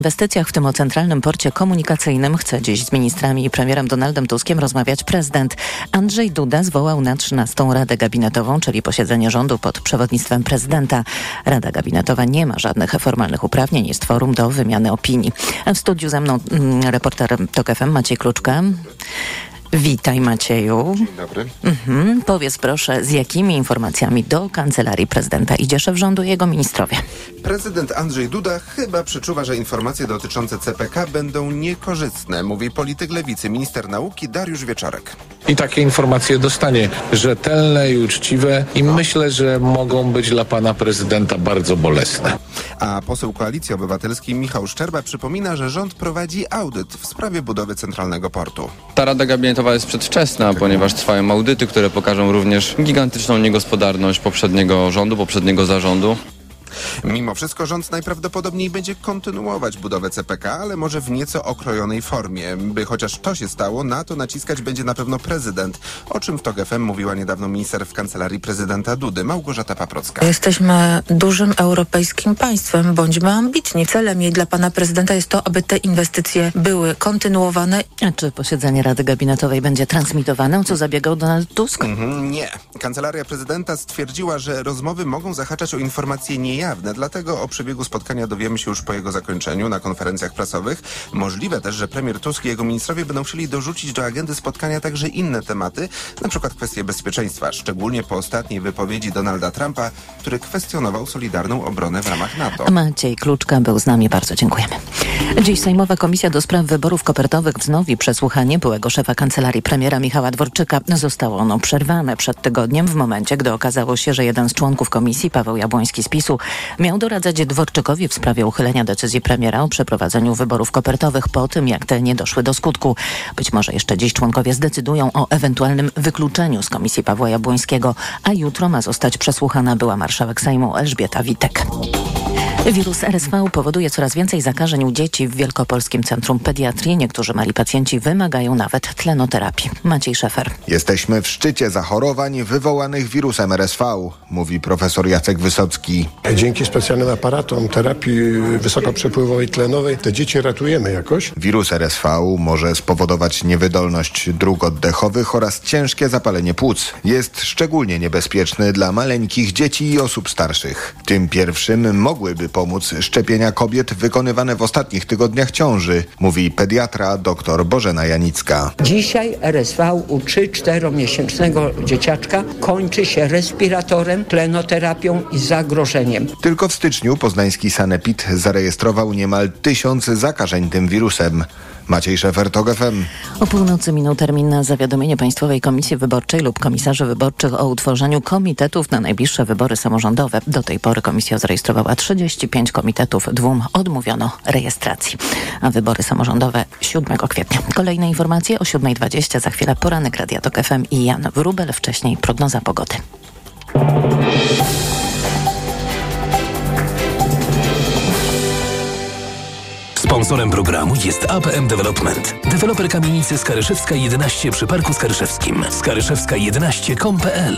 inwestycjach, w tym o Centralnym Porcie Komunikacyjnym, chce dziś z ministrami i premierem Donaldem Tuskiem rozmawiać prezydent. Andrzej Duda zwołał na 13. Radę Gabinetową, czyli posiedzenie rządu pod przewodnictwem prezydenta. Rada Gabinetowa nie ma żadnych formalnych uprawnień, jest forum do wymiany opinii. W studiu ze mną reporter TOK FM Maciej Kluczka. Witaj, Macieju. Dzień dobry. Powiedz proszę, z jakimi informacjami do Kancelarii Prezydenta idzie szef rządu i jego ministrowie? Prezydent Andrzej Duda chyba przeczuwa, że informacje dotyczące CPK będą niekorzystne, mówi polityk Lewicy, minister nauki Dariusz Wieczorek. I takie informacje dostanie rzetelne i uczciwe i myślę, że mogą być dla pana prezydenta bardzo bolesne. A poseł Koalicji Obywatelskiej Michał Szczerba przypomina, że rząd prowadzi audyt w sprawie budowy Centralnego Portu. Ta Rada Gabinetowa jest przedwczesna, ponieważ trwają audyty, które pokażą również gigantyczną niegospodarność poprzedniego rządu, poprzedniego zarządu. Mimo wszystko rząd najprawdopodobniej będzie kontynuować budowę CPK, ale może w nieco okrojonej formie. By chociaż to się stało, na to naciskać będzie na pewno prezydent, o czym w TOK FM mówiła niedawno minister w Kancelarii Prezydenta Dudy, Małgorzata Paprocka. Jesteśmy dużym europejskim państwem, bądźmy ambitni. Celem jej dla pana prezydenta jest to, aby te inwestycje były kontynuowane. A czy posiedzenie Rady Gabinetowej będzie transmitowane, o co zabiegał Donald Tusk? Nie. Kancelaria Prezydenta stwierdziła, że rozmowy mogą zahaczać o informacje niejawne, dlatego o przebiegu spotkania dowiemy się już po jego zakończeniu na konferencjach prasowych. Możliwe też, że premier Tusk i jego ministrowie będą chcieli dorzucić do agendy spotkania także inne tematy, na przykład kwestie bezpieczeństwa, szczególnie po ostatniej wypowiedzi Donalda Trumpa, który kwestionował solidarną obronę w ramach NATO. Maciej Kluczka był z nami, bardzo dziękujemy. Dziś Sejmowa Komisja do Spraw Wyborów Kopertowych wznowi przesłuchanie byłego szefa kancelarii premiera Michała Dworczyka. Zostało ono przerwane przed tygodniem w momencie, gdy okazało się, że jeden z członków komisji, Paweł Jabłoński z PiS-u, miał doradzać Dworczykowi w sprawie uchylenia decyzji premiera o przeprowadzeniu wyborów kopertowych po tym, jak te nie doszły do skutku. Być może jeszcze dziś członkowie zdecydują o ewentualnym wykluczeniu z komisji Pawła Jabłońskiego, a jutro ma zostać przesłuchana była marszałek Sejmu Elżbieta Witek. Wirus RSV powoduje coraz więcej zakażeń u dzieci w Wielkopolskim Centrum Pediatrii. Niektórzy mali pacjenci wymagają nawet tlenoterapii. Maciej Szefer. Jesteśmy w szczycie zachorowań wywołanych wirusem RSV, mówi profesor Jacek Wysocki. Dzięki specjalnym aparatom terapii wysokoprzepływowej tlenowej te dzieci ratujemy jakoś. Wirus RSV może spowodować niewydolność dróg oddechowych oraz ciężkie zapalenie płuc. Jest szczególnie niebezpieczny dla maleńkich dzieci i osób starszych. Tym pierwszym mogłyby pomóc szczepienia kobiet wykonywane w ostatnich tygodniach ciąży, mówi pediatra dr Bożena Janicka. Dzisiaj RSV u 3-4-miesięcznego dzieciaczka kończy się respiratorem, tlenoterapią i zagrożeniem. Tylko w styczniu poznański sanepid zarejestrował niemal 1000 zakażeń tym wirusem. Maciej Szefer, TOK FM. O północy minął termin na zawiadomienie Państwowej Komisji Wyborczej lub komisarzy wyborczych o utworzeniu komitetów na najbliższe wybory samorządowe. Do tej pory komisja zarejestrowała 35 komitetów, 2 odmówiono rejestracji. A wybory samorządowe 7 kwietnia. Kolejne informacje o 7:20. Za chwilę poranek Radia TOK FM i Jan Wróbel. Wcześniej prognoza pogody. Sponsorem programu jest APM Development. Deweloper kamienicy Skaryszewska 11 przy Parku Skaryszewskim. Skaryszewska11.com.pl.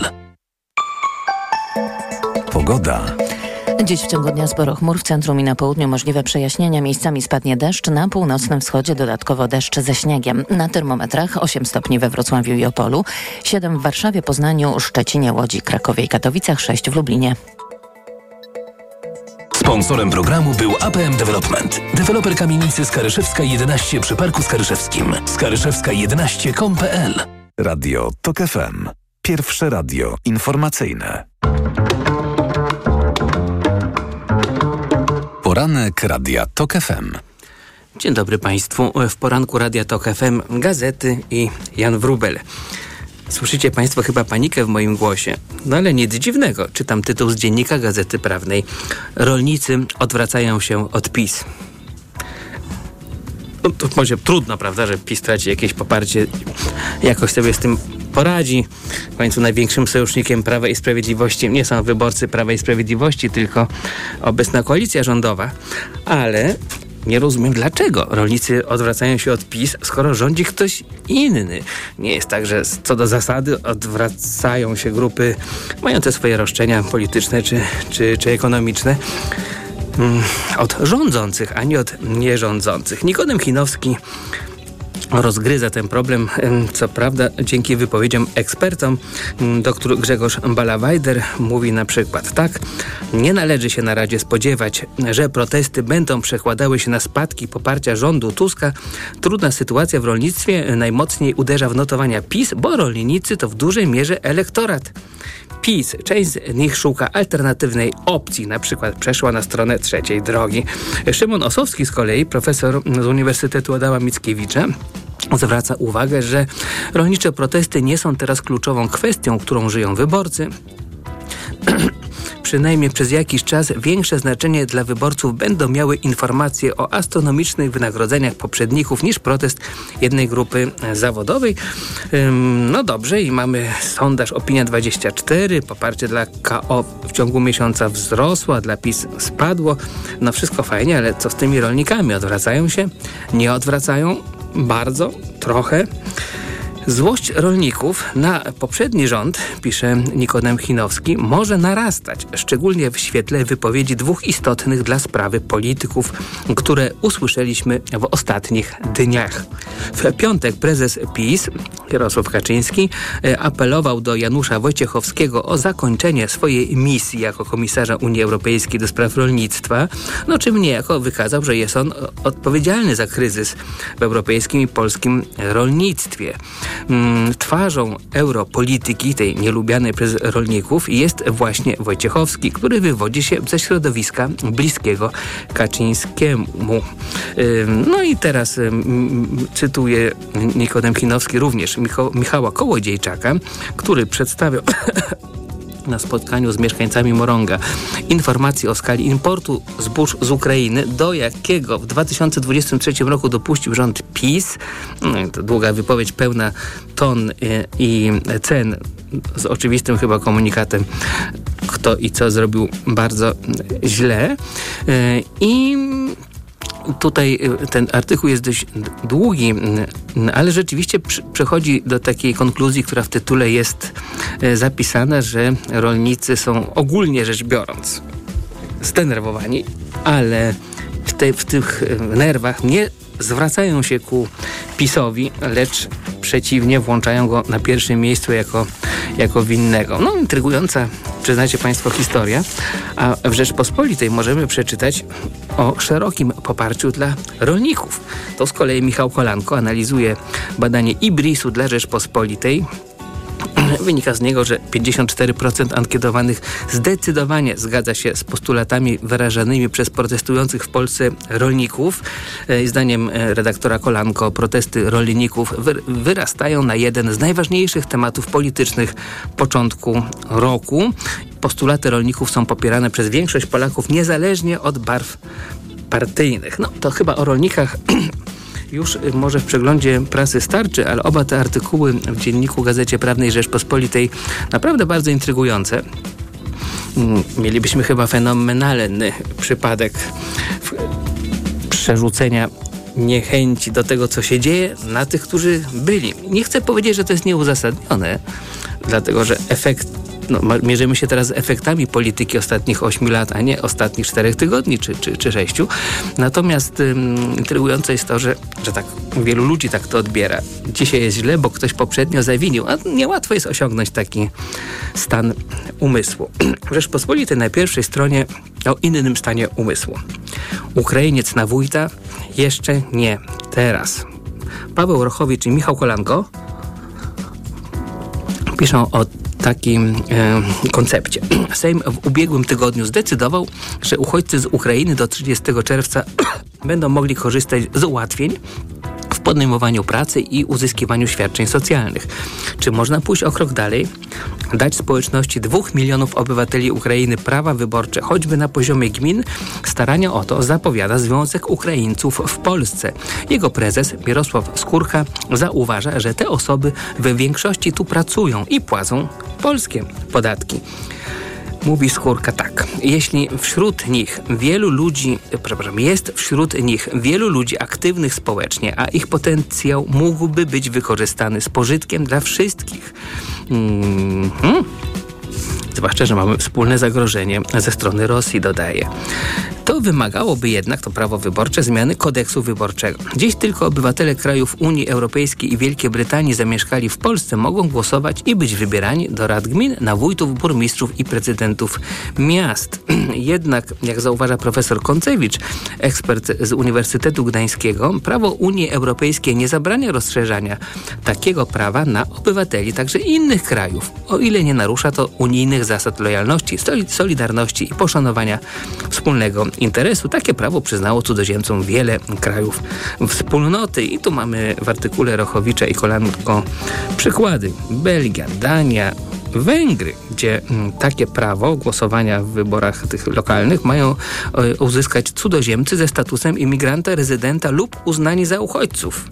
Pogoda. Dziś w ciągu dnia sporo chmur, w centrum i na południu możliwe przejaśnienia. Miejscami spadnie deszcz, na północnym wschodzie dodatkowo deszcz ze śniegiem. Na termometrach 8 stopni we Wrocławiu i Opolu, 7 w Warszawie, Poznaniu, Szczecinie, Łodzi, Krakowie i Katowicach, 6 w Lublinie. Sponsorem programu był APM Development. Deweloper kamienicy Skaryszewska 11 przy Parku Skaryszewskim. Skaryszewska11.com.pl. Radio TOK FM. Pierwsze radio informacyjne. Poranek Radia TOK FM. Dzień dobry Państwu. W poranku Radia TOK FM gazety i Jan Wróbel. Słyszycie Państwo chyba panikę w moim głosie. No ale nic dziwnego. Czytam tytuł z Dziennika Gazety Prawnej. Rolnicy odwracają się od PiS. No to może trudno, prawda, że PiS traci jakieś poparcie. Jakoś sobie z tym poradzi. W końcu największym sojusznikiem Prawa i Sprawiedliwości nie są wyborcy Prawa i Sprawiedliwości, tylko obecna koalicja rządowa. Ale nie rozumiem, dlaczego rolnicy odwracają się od PiS, skoro rządzi ktoś inny. Nie jest tak, że co do zasady odwracają się grupy mające swoje roszczenia polityczne czy ekonomiczne. od rządzących, a nie od nierządzących. Nikodem Chinowski rozgryza ten problem, co prawda dzięki wypowiedziom ekspertom. Dr Grzegorz Ballawajder mówi na przykład tak: nie należy się na Radzie spodziewać, że protesty będą przekładały się na spadki poparcia rządu Tuska. Trudna sytuacja w rolnictwie najmocniej uderza w notowania PiS, bo rolnicy to w dużej mierze elektorat PiS. Część z nich szuka alternatywnej opcji, na przykład przeszła na stronę trzeciej drogi. Szymon Osowski z kolei, profesor z Uniwersytetu Adama Mickiewicza, zwraca uwagę, że rolnicze protesty nie są teraz kluczową kwestią, którą żyją wyborcy. Przynajmniej przez jakiś czas większe znaczenie dla wyborców będą miały informacje o astronomicznych wynagrodzeniach poprzedników niż protest jednej grupy zawodowej. No dobrze, i mamy sondaż Opinia24. Poparcie dla KO w ciągu miesiąca wzrosło, a dla PiS spadło. No wszystko fajnie, ale co z tymi rolnikami? Odwracają się? Nie odwracają? Bardzo? Trochę? Złość rolników na poprzedni rząd, pisze Nikodem Chinowski, może narastać, szczególnie w świetle wypowiedzi dwóch istotnych dla sprawy polityków, które usłyszeliśmy w ostatnich dniach. W piątek prezes PiS, Jarosław Kaczyński, apelował do Janusza Wojciechowskiego o zakończenie swojej misji jako komisarza Unii Europejskiej do spraw rolnictwa, czym niejako wykazał, że jest on odpowiedzialny za kryzys w europejskim i polskim rolnictwie. Twarzą europolityki, tej nielubianej przez rolników, jest właśnie Wojciechowski, który wywodzi się ze środowiska bliskiego Kaczyńskiemu. No i teraz cytuję Nikodem Chinowski również Michała Kołodziejczaka, który przedstawiał na spotkaniu z mieszkańcami Moronga informacje o skali importu zbóż z Ukrainy, do jakiego w 2023 roku dopuścił rząd PiS. To długa wypowiedź pełna ton i cen z oczywistym chyba komunikatem, kto i co zrobił bardzo źle. I tutaj ten artykuł jest dość długi, ale rzeczywiście przechodzi do takiej konkluzji, która w tytule jest zapisana, że rolnicy są ogólnie rzecz biorąc zdenerwowani, ale w tych nerwach nie zwracają się ku PiS-owi, lecz przeciwnie, włączają go na pierwszym miejscu jako winnego. Intrygująca, przyznacie Państwo, historia. A w Rzeczpospolitej możemy przeczytać o szerokim poparciu dla rolników. To z kolei Michał Kolanko analizuje badanie IBRIS-u dla Rzeczpospolitej. Wynika z niego, że 54% ankietowanych zdecydowanie zgadza się z postulatami wyrażanymi przez protestujących w Polsce rolników. Zdaniem redaktora Kolanko protesty rolników wyrastają na jeden z najważniejszych tematów politycznych początku roku. Postulaty rolników są popierane przez większość Polaków niezależnie od barw partyjnych. To chyba o rolnikach już może w przeglądzie prasy starczy, ale oba te artykuły w dzienniku Gazecie Prawnej Rzeczpospolitej naprawdę bardzo intrygujące. Mielibyśmy chyba fenomenalny przypadek przerzucenia niechęci do tego, co się dzieje, na tych, którzy byli. Nie chcę powiedzieć, że to jest nieuzasadnione, dlatego że mierzymy się teraz z efektami polityki ostatnich 8 lat, a nie ostatnich 4 tygodni czy 6. Natomiast intrygujące jest to, że tak wielu ludzi tak to odbiera. Dzisiaj jest źle, bo ktoś poprzednio zawinił, a niełatwo jest osiągnąć taki stan umysłu. W Rzeczpospolitej na pierwszej stronie o innym stanie umysłu. Ukrainiec na wójta? Jeszcze nie. Teraz. Paweł Rochowicz i Michał Kolanko piszą o takim koncepcie. Sejm w ubiegłym tygodniu zdecydował, że uchodźcy z Ukrainy do 30 czerwca będą mogli korzystać z ułatwień w podejmowaniu pracy i uzyskiwaniu świadczeń socjalnych. Czy można pójść o krok dalej? Dać społeczności 2 milionów obywateli Ukrainy prawa wyborcze, choćby na poziomie gmin? Starania o to zapowiada Związek Ukraińców w Polsce. Jego prezes Mirosław Skórka zauważa, że te osoby w większości tu pracują i płacą polskie podatki. Mówi Skórka tak. Jeśli jest wśród nich wielu ludzi aktywnych społecznie, a ich potencjał mógłby być wykorzystany z pożytkiem dla wszystkich. zwłaszcza, że mamy wspólne zagrożenie ze strony Rosji, dodaje. To wymagałoby jednak, to prawo wyborcze, zmiany kodeksu wyborczego. Dziś tylko obywatele krajów Unii Europejskiej i Wielkiej Brytanii zamieszkali w Polsce mogą głosować i być wybierani do rad gmin, na wójtów, burmistrzów i prezydentów miast. Jednak, jak zauważa profesor Koncewicz, ekspert z Uniwersytetu Gdańskiego, prawo Unii Europejskiej nie zabrania rozszerzania takiego prawa na obywateli także innych krajów, o ile nie narusza to unijnych zasad lojalności, solidarności i poszanowania wspólnego interesu. Takie prawo przyznało cudzoziemcom wiele krajów wspólnoty. I tu mamy w artykule Rochowicza i Kolanko przykłady. Belgia, Dania, Węgry, gdzie takie prawo głosowania w wyborach tych lokalnych mają uzyskać cudzoziemcy ze statusem imigranta, rezydenta lub uznani za uchodźców.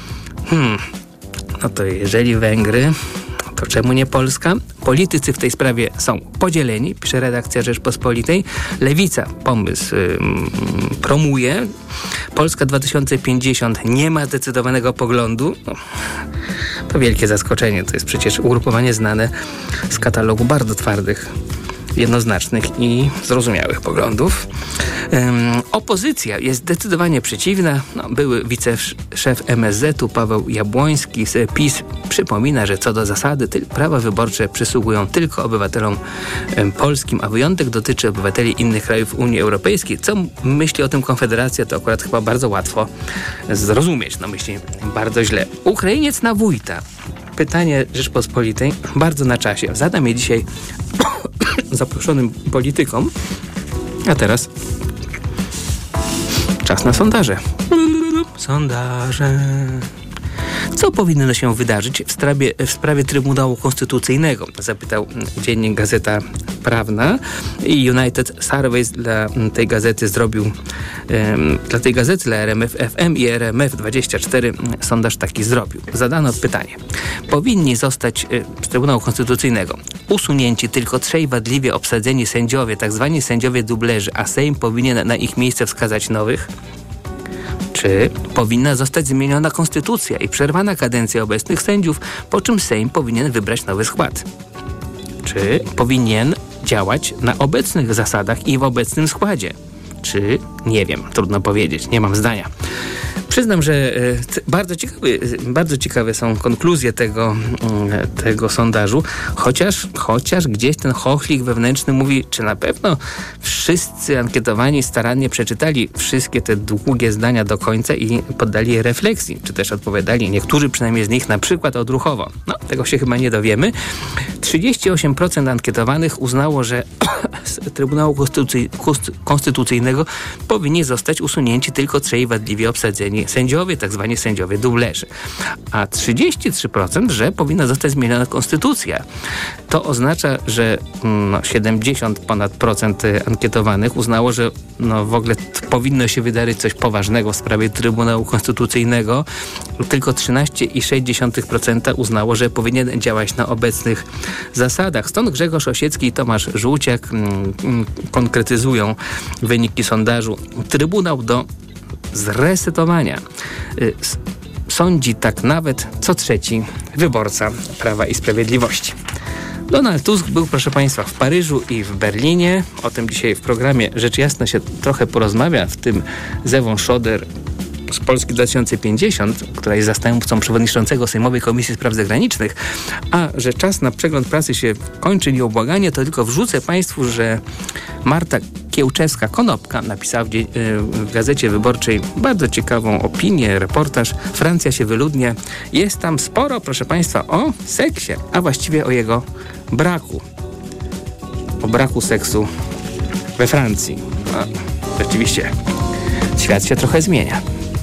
No to jeżeli Węgry, to czemu nie Polska? Politycy w tej sprawie są podzieleni, pisze redakcja Rzeczpospolitej. Lewica pomysł promuje. Polska 2050 nie ma zdecydowanego poglądu. To wielkie zaskoczenie. To jest przecież ugrupowanie znane z katalogu bardzo twardych, jednoznacznych i zrozumiałych poglądów. Opozycja jest zdecydowanie przeciwna. Były wiceszef MSZ-u Paweł Jabłoński z PiS przypomina, że co do zasady prawa wyborcze przysługują tylko obywatelom polskim, a wyjątek dotyczy obywateli innych krajów Unii Europejskiej. Co myśli o tym Konfederacja, to akurat chyba bardzo łatwo zrozumieć. Myśli bardzo źle. Ukrainiec na wójta. Pytanie Rzeczpospolitej bardzo na czasie. Zadam je dzisiaj zaproszonym politykom. A teraz czas na sondaże. Sondaże. Co powinno się wydarzyć w sprawie Trybunału Konstytucyjnego? Zapytał dziennik Gazeta Prawna i United Surveys dla tej gazety zrobił dla RMF FM i RMF24 sondaż taki zrobił. Zadano pytanie. Powinni zostać z Trybunału Konstytucyjnego usunięci tylko 3 wadliwie obsadzeni sędziowie, tak zwani sędziowie dublerzy, a Sejm powinien na ich miejsce wskazać nowych? Czy powinna zostać zmieniona konstytucja i przerwana kadencja obecnych sędziów, po czym Sejm powinien wybrać nowy skład? Czy powinien działać na obecnych zasadach i w obecnym składzie? Czy nie wiem, trudno powiedzieć, nie mam zdania. Przyznam, że bardzo ciekawe są konkluzje tego sondażu, chociaż gdzieś ten chochlik wewnętrzny mówi, czy na pewno wszyscy ankietowani starannie przeczytali wszystkie te długie zdania do końca i poddali je refleksji, czy też odpowiadali, niektórzy przynajmniej z nich, na przykład odruchowo. Tego się chyba nie dowiemy. 38% ankietowanych uznało, że z Trybunału Konstytucyjnego powinni zostać usunięci tylko 3 wadliwie obsadzeni sędziowie, tak zwani sędziowie dublerzy. A 33%, że powinna zostać zmieniona konstytucja. To oznacza, że 70 ponad procent ankietowanych uznało, że w ogóle powinno się wydarzyć coś poważnego w sprawie Trybunału Konstytucyjnego. Tylko 13,6% uznało, że powinien działać na obecnych zasadach. Stąd Grzegorz Osiecki i Tomasz Żółciak konkretyzują wyniki sondażu. Trybunał do zresetowania sądzi tak nawet co 3 wyborca Prawa i Sprawiedliwości. Donald Tusk był, proszę Państwa, w Paryżu i w Berlinie. O tym dzisiaj w programie rzecz jasna się trochę porozmawia, w tym z Ewą Szoder z Polski 2050, która jest zastępcą przewodniczącego Sejmowej Komisji Spraw Zagranicznych, a że czas na przegląd prasy się kończy nieubłaganie, to tylko wrzucę Państwu, że Marta Kiełczewska-Konopka napisała w Gazecie Wyborczej bardzo ciekawą opinię, reportaż. Francja się wyludnia. Jest tam sporo, proszę Państwa, o seksie, a właściwie o jego braku. O braku seksu we Francji. Rzeczywiście, świat się trochę zmienia.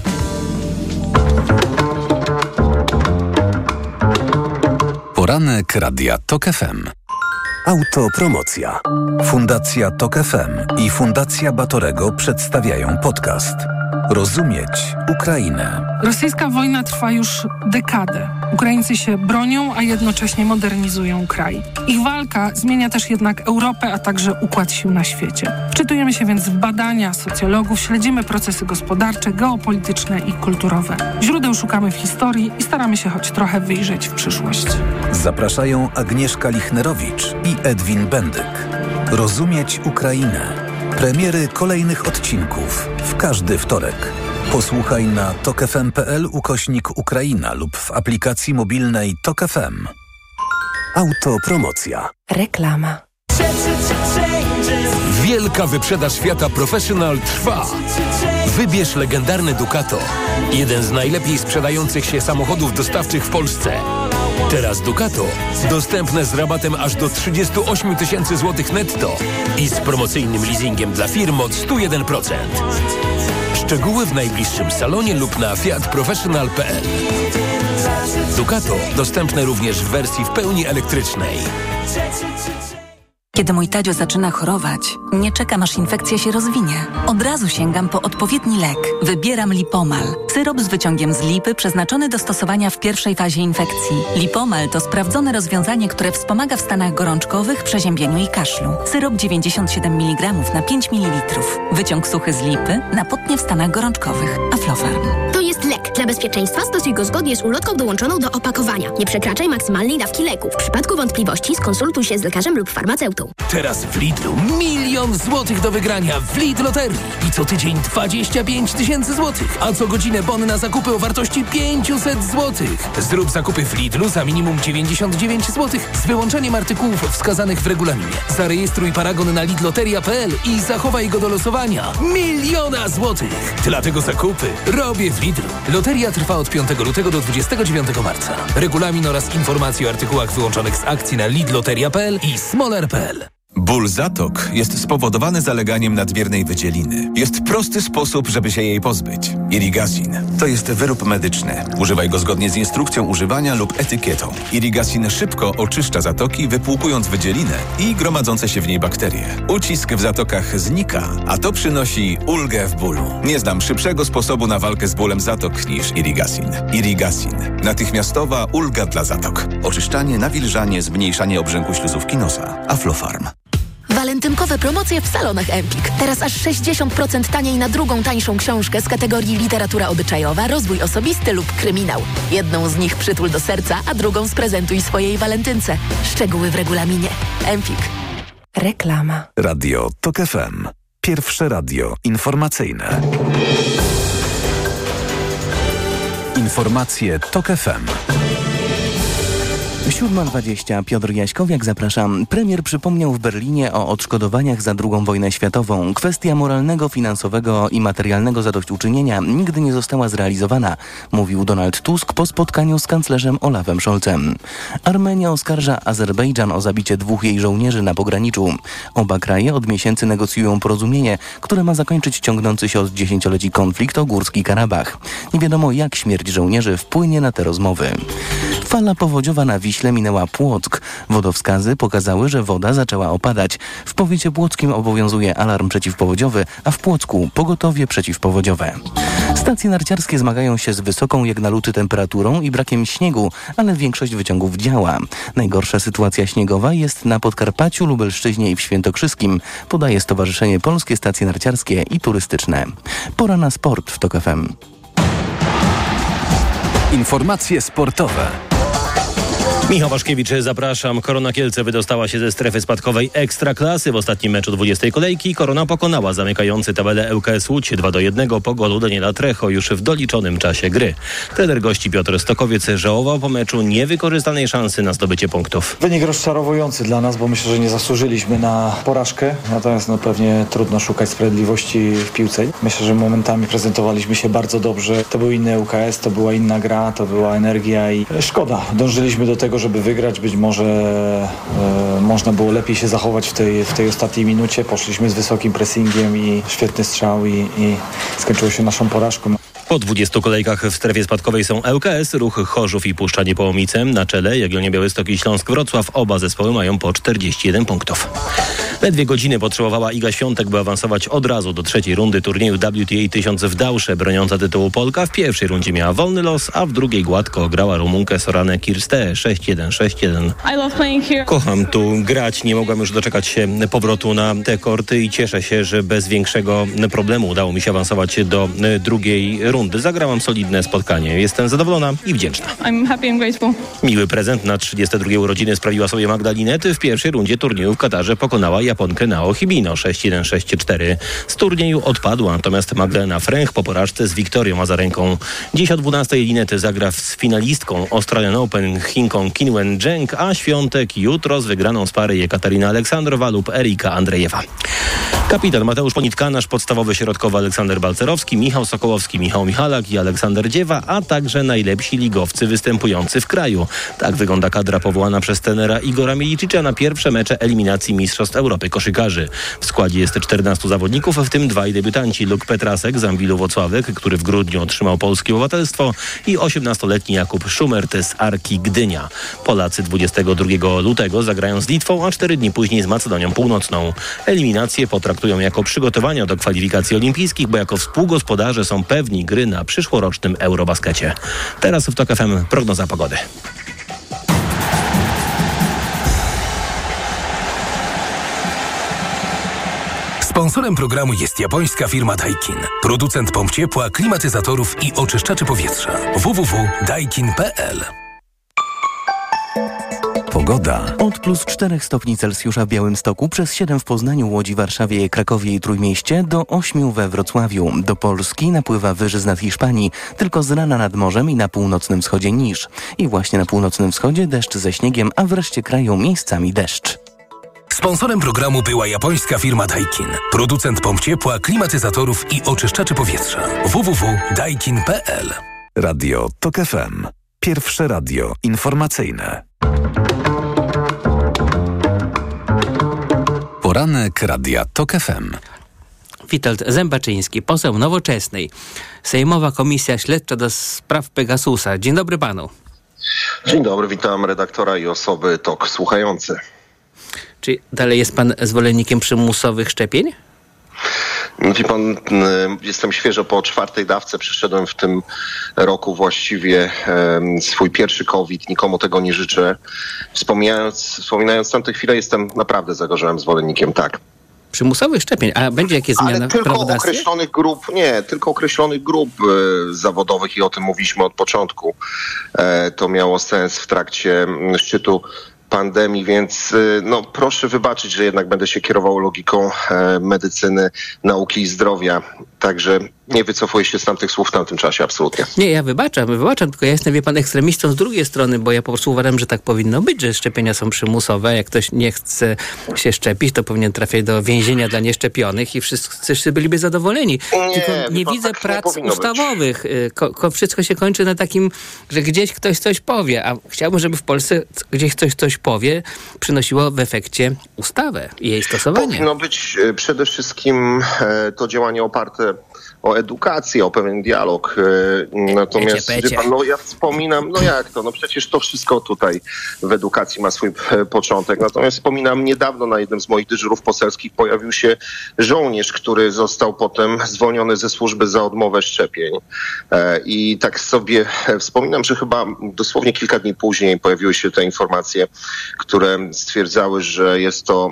Poranek Radia TOK FM. Autopromocja. Fundacja TOK FM i Fundacja Batorego przedstawiają podcast Rozumieć Ukrainę. Rosyjska wojna trwa już dekadę. Ukraińcy się bronią, a jednocześnie modernizują kraj. Ich walka zmienia też jednak Europę, a także układ sił na świecie. Wczytujemy się więc w badania socjologów, śledzimy procesy gospodarcze, geopolityczne i kulturowe. Źródeł szukamy w historii i staramy się choć trochę wyjrzeć w przyszłość. Zapraszają Agnieszka Lichnerowicz i Edwin Bendyk. Rozumieć Ukrainę. Premiery kolejnych odcinków w każdy wtorek. Posłuchaj na tokfm.pl/Ukraina lub w aplikacji mobilnej Tok FM. Autopromocja. Reklama. Wielka wyprzedaż Fiata Professional trwa. Wybierz legendarny Ducato. Jeden z najlepiej sprzedających się samochodów dostawczych w Polsce. Teraz Ducato dostępne z rabatem aż do 38 000 złotych netto i z promocyjnym leasingiem dla firm od 101%. Szczegóły w najbliższym salonie lub na fiatprofessional.pl. Ducato dostępne również w wersji w pełni elektrycznej. Kiedy mój Tadzio zaczyna chorować, nie czekam aż infekcja się rozwinie. Od razu sięgam po odpowiedni lek. Wybieram Lipomal. Syrop z wyciągiem z lipy przeznaczony do stosowania w pierwszej fazie infekcji. Lipomal to sprawdzone rozwiązanie, które wspomaga w stanach gorączkowych, przeziębieniu i kaszlu. Syrop 97 mg na 5 ml. Wyciąg suchy z lipy na potnie w stanach gorączkowych. Aflofarm. To jest lek. Dla bezpieczeństwa stosuj go zgodnie z ulotką dołączoną do opakowania. Nie przekraczaj maksymalnej dawki leku. W przypadku wątpliwości skonsultuj się z lekarzem lub farmaceutą. Teraz w Lidlu 1 000 000 złotych do wygrania w Lidl Loterii. I co tydzień 25 000 złotych. A co godzinę bon na zakupy o wartości 500 złotych. Zrób zakupy w Lidlu za minimum 99 złotych z wyłączeniem artykułów wskazanych w regulaminie. Zarejestruj paragon na lidloteria.pl i zachowaj go do losowania 1 000 000 złotych. Dlatego zakupy robię w Lidlu. Loteria trwa od 5 lutego do 29 marca. Regulamin oraz informacje o artykułach wyłączonych z akcji na lidloteria.pl i smoler.pl. Ból zatok jest spowodowany zaleganiem nadmiernej wydzieliny. Jest prosty sposób, żeby się jej pozbyć. Irigasin to jest wyrób medyczny. Używaj go zgodnie z instrukcją używania lub etykietą. Irigasin szybko oczyszcza zatoki, wypłukując wydzielinę i gromadzące się w niej bakterie. Ucisk w zatokach znika, a to przynosi ulgę w bólu. Nie znam szybszego sposobu na walkę z bólem zatok niż Irigasin. Irigasin. Natychmiastowa ulga dla zatok. Oczyszczanie, nawilżanie, zmniejszanie obrzęku śluzówki nosa. Aflofarm. Walentynkowe promocje w salonach Empik. Teraz aż 60% taniej na drugą tańszą książkę z kategorii literatura obyczajowa, rozwój osobisty lub kryminał. Jedną z nich przytul do serca, a drugą sprezentuj swojej walentynce. Szczegóły w regulaminie. Empik. Reklama. Radio Tok FM. Pierwsze radio informacyjne. Informacje Tok FM. 7:20. Piotr Jaśkowiak, zapraszam. Premier przypomniał w Berlinie o odszkodowaniach za II wojnę światową. Kwestia moralnego, finansowego i materialnego zadośćuczynienia nigdy nie została zrealizowana, mówił Donald Tusk po spotkaniu z kanclerzem Olafem Scholzem. Armenia oskarża Azerbejdżan o zabicie 2 jej żołnierzy na pograniczu. Oba kraje od miesięcy negocjują porozumienie, które ma zakończyć ciągnący się od 10-leci konflikt o Górski Karabach. Nie wiadomo, jak śmierć żołnierzy wpłynie na te rozmowy. Fala powodziowa na Wiśle minęła Płock. Wodowskazy pokazały, że woda zaczęła opadać. W powiecie płockim obowiązuje alarm przeciwpowodziowy, a w Płocku pogotowie przeciwpowodziowe. Stacje narciarskie zmagają się z wysoką jak na luty temperaturą i brakiem śniegu, ale większość wyciągów działa. Najgorsza sytuacja śniegowa jest na Podkarpaciu, Lubelszczyźnie i w Świętokrzyskim, podaje Stowarzyszenie Polskie Stacje Narciarskie i Turystyczne. Pora na sport w Tok FM. Informacje sportowe. Michał Waszkiewicz, zapraszam. Korona Kielce wydostała się ze strefy spadkowej Ekstraklasy. W ostatnim meczu 20. kolejki Korona pokonała zamykający tabelę ŁKS Łódź 2-1 po golu Daniela Trecho już w doliczonym czasie gry. Trener gości Piotr Stokowiec żałował po meczu niewykorzystanej szansy na zdobycie punktów. Wynik rozczarowujący dla nas, bo myślę, że nie zasłużyliśmy na porażkę. Natomiast pewnie trudno szukać sprawiedliwości w piłce. Myślę, że momentami prezentowaliśmy się bardzo dobrze. To był inny ŁKS, to była inna gra, to była energia i szkoda. Dążyliśmy do tego, żeby wygrać. Być może można było lepiej się zachować w tej ostatniej minucie. Poszliśmy z wysokim pressingiem i świetny strzał i skończyło się naszą porażką. Po 20 kolejkach w strefie spadkowej są ŁKS, Ruch Chorzów i Puszcza Niepołomice. Na czele Jagiellonia Białystok i Śląsk Wrocław. Oba zespoły mają po 41 punktów. Ledwie godziny potrzebowała Iga Świątek, by awansować od razu do trzeciej rundy turnieju WTA 1000 w Dausze. Broniąca tytułu Polka w pierwszej rundzie miała wolny los, a w drugiej gładko ograła Rumunkę Soranę Kirste 6-1, 6-1. Kocham tu grać, nie mogłam już doczekać się powrotu na te korty i cieszę się, że bez większego problemu udało mi się awansować do drugiej rundy. Zagrałam solidne spotkanie. Jestem zadowolona i wdzięczna. I'm happy and grateful. Miły prezent na 32 urodziny sprawiła sobie Magda Linety. W pierwszej rundzie turnieju w Katarze pokonała Japonkę Nao Hibino 6-1, 6-4. Z turnieju odpadła natomiast Magdalena Fręch po porażce z Wiktorią Azarenką. Dziś o 12 Linety zagra z finalistką Australian Open Chinką Qinwen Zheng, a Świątek jutro z wygraną z pary Jekaterina Aleksandrowa lub Erika Andrejewa. Kapitan Mateusz Ponitka, nasz podstawowy środkowy Aleksander Balcerowski, Michał Sokołowski, Michał Michalak i Aleksander Dziewa, a także najlepsi ligowcy występujący w kraju. Tak wygląda kadra powołana przez trenera Igora Milicicza na pierwsze mecze eliminacji Mistrzostw Europy koszykarzy. W składzie jest 14 zawodników, w tym dwaj debiutanci: Luk Petrasek z Amwilu Włocławek, który w grudniu otrzymał polskie obywatelstwo, i 18-letni Jakub Szumert z Arki Gdynia. Polacy 22 lutego zagrają z Litwą, a 4 dni później z Macedonią Północną. Eliminacje potraktują jako przygotowania do kwalifikacji olimpijskich, bo jako współgospodarze są pewni gry na przyszłorocznym Eurobaskecie. Teraz w TOK FM prognoza pogody. Sponsorem programu jest japońska firma Daikin. Producent pomp ciepła, klimatyzatorów i oczyszczaczy powietrza. www.daikin.pl. Pogoda. Od +4 stopni Celsjusza w Białymstoku, przez 7 w Poznaniu, Łodzi, Warszawie, Krakowie i Trójmieście, do 8 we Wrocławiu. Do Polski napływa wyż nad Hiszpanii, tylko z rana nad morzem i na północnym wschodzie niż. I właśnie na północnym wschodzie deszcz ze śniegiem, a w reszcie kraju miejscami deszcz. Sponsorem programu była japońska firma Daikin. Producent pomp ciepła, klimatyzatorów i oczyszczaczy powietrza. www.daikin.pl. Radio TOK FM. Pierwsze radio informacyjne. Poranek Radia TOK FM. Witold Zębaczyński, poseł Nowoczesnej. Sejmowa Komisja Śledcza do spraw Pegasusa. Dzień dobry panu. Dzień dobry, witam redaktora i osoby TOK słuchające. Czy dalej jest pan zwolennikiem przymusowych szczepień? Wie pan, jestem świeżo po 4. dawce, przyszedłem w tym roku właściwie swój pierwszy COVID, nikomu tego nie życzę. Wspominając tamtę chwilę, jestem naprawdę zagorzałym zwolennikiem, tak. Przymusowych szczepień, a będzie jakieś zmiany? Ale tylko określonych grup, tylko określonych grup zawodowych i o tym mówiliśmy od początku. To miało sens w trakcie szczytu pandemii, więc proszę wybaczyć, że jednak będę się kierował logiką medycyny, nauki i zdrowia. Także nie wycofuję się z tamtych słów w tamtym czasie, absolutnie. Nie, ja wybaczam, tylko ja jestem, wie pan, ekstremistą z drugiej strony, bo ja po prostu uważam, że tak powinno być, że szczepienia są przymusowe. Jak ktoś nie chce się szczepić, to powinien trafić do więzienia dla nieszczepionych i wszyscy byliby zadowoleni. Tylko nie widzę prac ustawowych. Wszystko się kończy na takim, że gdzieś ktoś coś powie, a chciałbym, żeby w Polsce gdzieś ktoś coś powie, przynosiło w efekcie ustawę i jej stosowanie. Powinno być przede wszystkim to działanie oparte o edukację, o pewien dialog. Natomiast wie pan, ja wspominam, przecież to wszystko tutaj w edukacji ma swój początek. Natomiast wspominam, niedawno na jednym z moich dyżurów poselskich pojawił się żołnierz, który został potem zwolniony ze służby za odmowę szczepień. I tak sobie wspominam, że chyba dosłownie kilka dni później pojawiły się te informacje, które stwierdzały, że jest to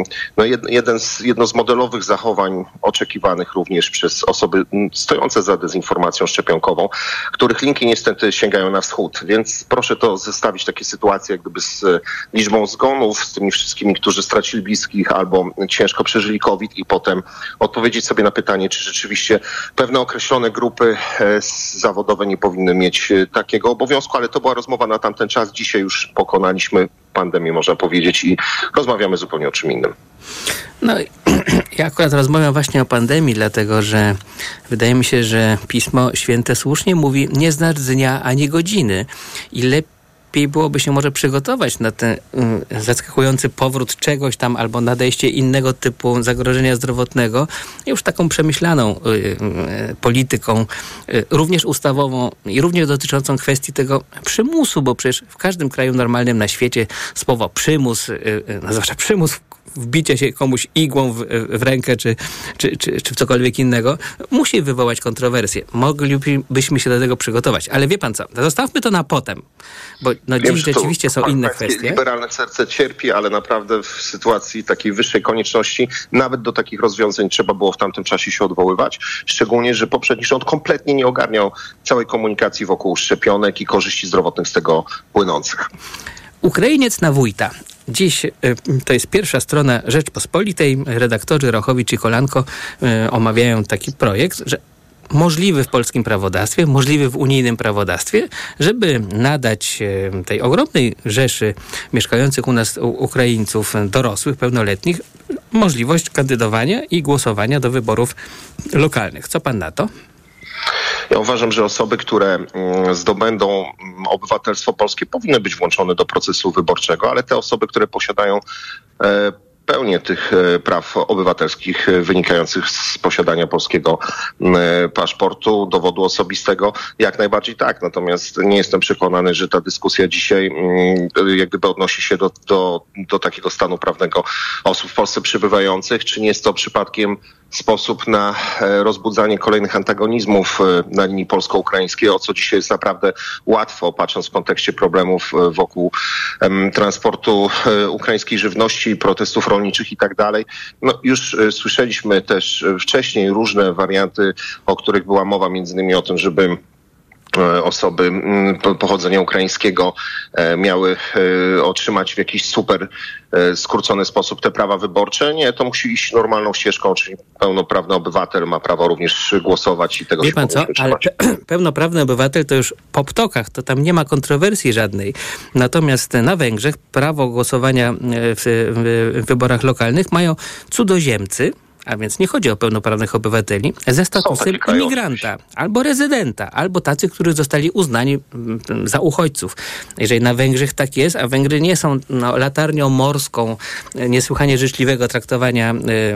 jedno z modelowych zachowań oczekiwanych również przez osoby stojące za dezinformacją szczepionkową, których linki niestety sięgają na wschód. Więc proszę to zestawić, takie sytuacje jak gdyby z liczbą zgonów, z tymi wszystkimi, którzy stracili bliskich albo ciężko przeżyli COVID, i potem odpowiedzieć sobie na pytanie, czy rzeczywiście pewne określone grupy zawodowe nie powinny mieć takiego obowiązku, ale to była rozmowa na tamten czas. Dzisiaj już pokonaliśmy pandemię, można powiedzieć, i rozmawiamy zupełnie o czym innym. Ja akurat rozmawiam właśnie o pandemii, dlatego że wydaje mi się, że Pismo Święte słusznie mówi: nie znasz dnia ani godziny. I lepiej byłoby się może przygotować na ten zaskakujący powrót czegoś tam albo nadejście innego typu zagrożenia zdrowotnego już taką przemyślaną polityką, również ustawową i również dotyczącą kwestii tego przymusu, bo przecież w każdym kraju normalnym na świecie słowo przymus, zwłaszcza przymus wbicia się komuś igłą w rękę czy w cokolwiek innego, musi wywołać kontrowersje. Moglibyśmy się do tego przygotować. Ale wie pan co, zostawmy to na potem, bo dziś rzeczywiście są inne kwestie. Liberalne serce cierpi, ale naprawdę w sytuacji takiej wyższej konieczności nawet do takich rozwiązań trzeba było w tamtym czasie się odwoływać. Szczególnie, że poprzedni rząd kompletnie nie ogarniał całej komunikacji wokół szczepionek i korzyści zdrowotnych z tego płynących. Ukrainiec na wójta. Dziś to jest pierwsza strona Rzeczpospolitej. Redaktorzy Rachowicz i Kolanko omawiają taki projekt, że możliwy w polskim prawodawstwie, możliwy w unijnym prawodawstwie, żeby nadać tej ogromnej rzeszy mieszkających u nas Ukraińców dorosłych, pełnoletnich, możliwość kandydowania i głosowania do wyborów lokalnych. Co pan na to? Ja uważam, że osoby, które zdobędą obywatelstwo polskie, powinny być włączone do procesu wyborczego, ale te osoby, które posiadają pełnię tych praw obywatelskich wynikających z posiadania polskiego paszportu, dowodu osobistego, jak najbardziej tak. Natomiast nie jestem przekonany, że ta dyskusja dzisiaj jak gdyby odnosi się do takiego stanu prawnego osób w Polsce przybywających. Czy nie jest to przypadkiem sposób na rozbudzanie kolejnych antagonizmów na linii polsko-ukraińskiej, o co dzisiaj jest naprawdę łatwo, patrząc w kontekście problemów wokół transportu ukraińskiej żywności, protestów rolniczych i tak dalej. No, już słyszeliśmy też wcześniej różne warianty, o których była mowa, między innymi o tym, żeby osoby pochodzenia ukraińskiego miały otrzymać w jakiś super skrócony sposób te prawa wyborcze. Nie, to musi iść normalną ścieżką, czyli pełnoprawny obywatel ma prawo również głosować i tego się powinno trzymać. Ale pełnoprawny obywatel to już po ptokach, to tam nie ma kontrowersji żadnej. Natomiast na Węgrzech prawo głosowania w wyborach lokalnych mają cudzoziemcy, a więc nie chodzi o pełnoprawnych obywateli, ze statusem imigranta, albo rezydenta, albo tacy, którzy zostali uznani za uchodźców. Jeżeli na Węgrzech tak jest, a Węgry nie są latarnią morską niesłychanie życzliwego traktowania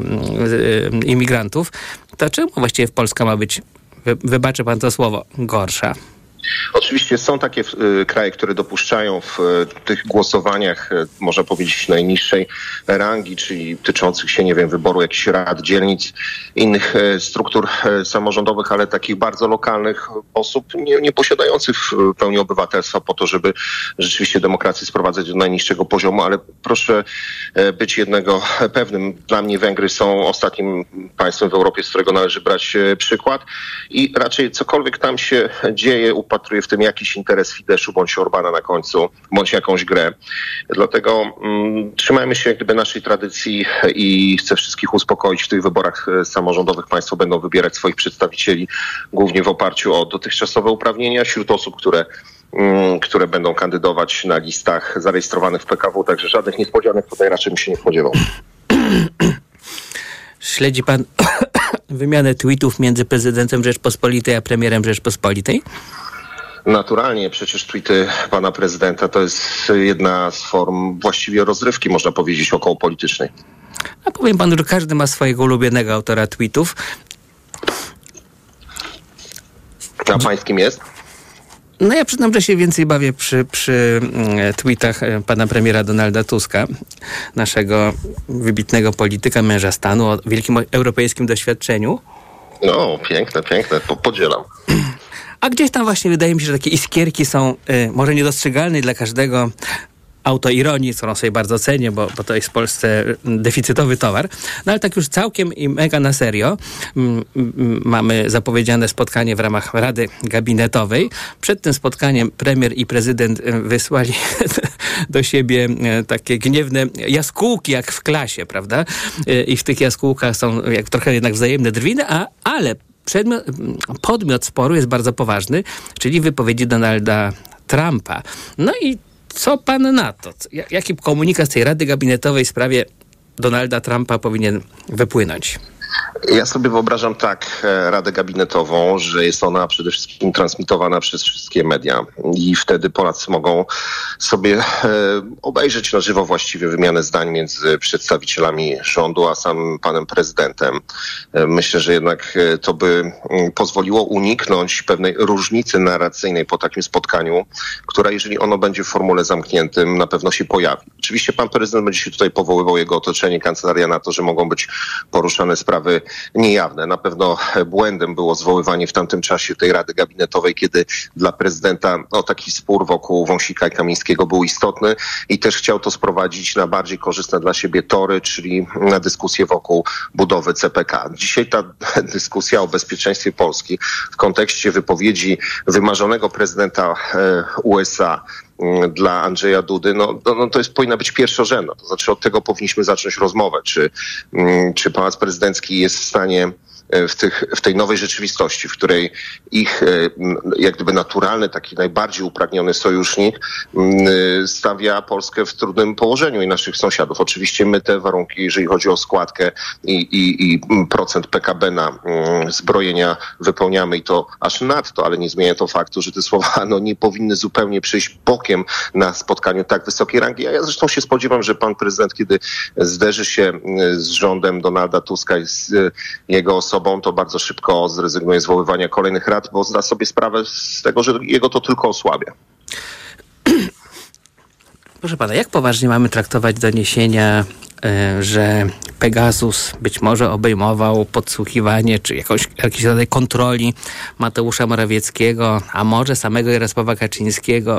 imigrantów, to czemu właściwie Polska ma być, wybaczy pan to słowo, gorsza? Oczywiście są takie kraje, które dopuszczają w tych głosowaniach, można powiedzieć, najniższej rangi, czyli tyczących się, nie wiem, wyboru jakichś rad, dzielnic, innych struktur samorządowych, ale takich bardzo lokalnych osób, nie posiadających w pełni obywatelstwa po to, żeby rzeczywiście demokrację sprowadzać do najniższego poziomu, ale proszę być jednego pewnym. Dla mnie Węgry są ostatnim państwem w Europie, z którego należy brać przykład i raczej cokolwiek tam się dzieje, upatruję w tym jakiś interes Fideszu bądź Orbana na końcu, bądź jakąś grę. Dlatego trzymajmy się jak gdyby naszej tradycji i chcę wszystkich uspokoić. W tych wyborach samorządowych państwo będą wybierać swoich przedstawicieli głównie w oparciu o dotychczasowe uprawnienia wśród osób, które będą kandydować na listach zarejestrowanych w PKW, także żadnych niespodzianek tutaj raczej bym się nie spodziewał. Śledzi pan wymianę tweetów między prezydentem Rzeczpospolitej a premierem Rzeczpospolitej? Naturalnie, przecież tweety pana prezydenta to jest jedna z form właściwie rozrywki, można powiedzieć, okołopolitycznej. A powiem panu, że każdy ma swojego ulubionego autora tweetów. A pańskim jest? No ja przyznam, że się więcej bawię przy tweetach pana premiera Donalda Tuska, naszego wybitnego polityka, męża stanu o wielkim europejskim doświadczeniu. No, piękne, podzielam. A gdzieś tam właśnie wydaje mi się, że takie iskierki są może niedostrzegalne dla każdego, autoironii, którą sobie bardzo cenię, bo to jest w Polsce deficytowy towar. No ale tak już całkiem i mega na serio mamy zapowiedziane spotkanie w ramach Rady Gabinetowej. Przed tym spotkaniem premier i prezydent wysłali do siebie takie gniewne jaskółki, jak w klasie, prawda? I w tych jaskółkach są trochę jednak wzajemne drwiny, ale podmiot sporu jest bardzo poważny, czyli wypowiedzi Donalda Trumpa. No i co pan na to? Jaki komunikat z tej Rady Gabinetowej w sprawie Donalda Trumpa powinien wypłynąć? Ja sobie wyobrażam tak Radę Gabinetową, że jest ona przede wszystkim transmitowana przez wszystkie media i wtedy Polacy mogą sobie obejrzeć na żywo właściwie wymianę zdań między przedstawicielami rządu a samym panem prezydentem. Myślę, że jednak to by pozwoliło uniknąć pewnej różnicy narracyjnej po takim spotkaniu, która jeżeli ono będzie w formule zamkniętym, na pewno się pojawi. Oczywiście pan prezydent będzie się tutaj powoływał, jego otoczenie, kancelaria na to, że mogą być poruszane sprawy niejawne. Na pewno błędem było zwoływanie w tamtym czasie tej Rady Gabinetowej, kiedy dla prezydenta taki spór wokół Wąsika i Kamińskiego był istotny i też chciał to sprowadzić na bardziej korzystne dla siebie tory, czyli na dyskusję wokół budowy CPK. Dzisiaj ta dyskusja o bezpieczeństwie Polski w kontekście wypowiedzi wymarzonego prezydenta USA dla Andrzeja Dudy, to powinna być pierwszorzędna. To znaczy od tego powinniśmy zacząć rozmowę, czy Pałac Prezydencki jest w stanie w tej nowej rzeczywistości, w której ich jak gdyby naturalny, taki najbardziej upragniony sojusznik stawia Polskę w trudnym położeniu i naszych sąsiadów. Oczywiście my te warunki, jeżeli chodzi o składkę i procent PKB na zbrojenia wypełniamy i to aż nadto, ale nie zmienia to faktu, że te słowa nie powinny zupełnie przyjść bokiem na spotkaniu tak wysokiej rangi. A ja zresztą się spodziewam, że pan prezydent, kiedy zderzy się z rządem Donalda Tuska i z jego osobą, to bardzo szybko zrezygnuje z zwoływania kolejnych rad, bo zda sobie sprawę z tego, że jego to tylko osłabia. Proszę pana, jak poważnie mamy traktować doniesienia, że Pegasus być może obejmował podsłuchiwanie czy jakiś rodzaj kontroli Mateusza Morawieckiego, a może samego Jarosława Kaczyńskiego?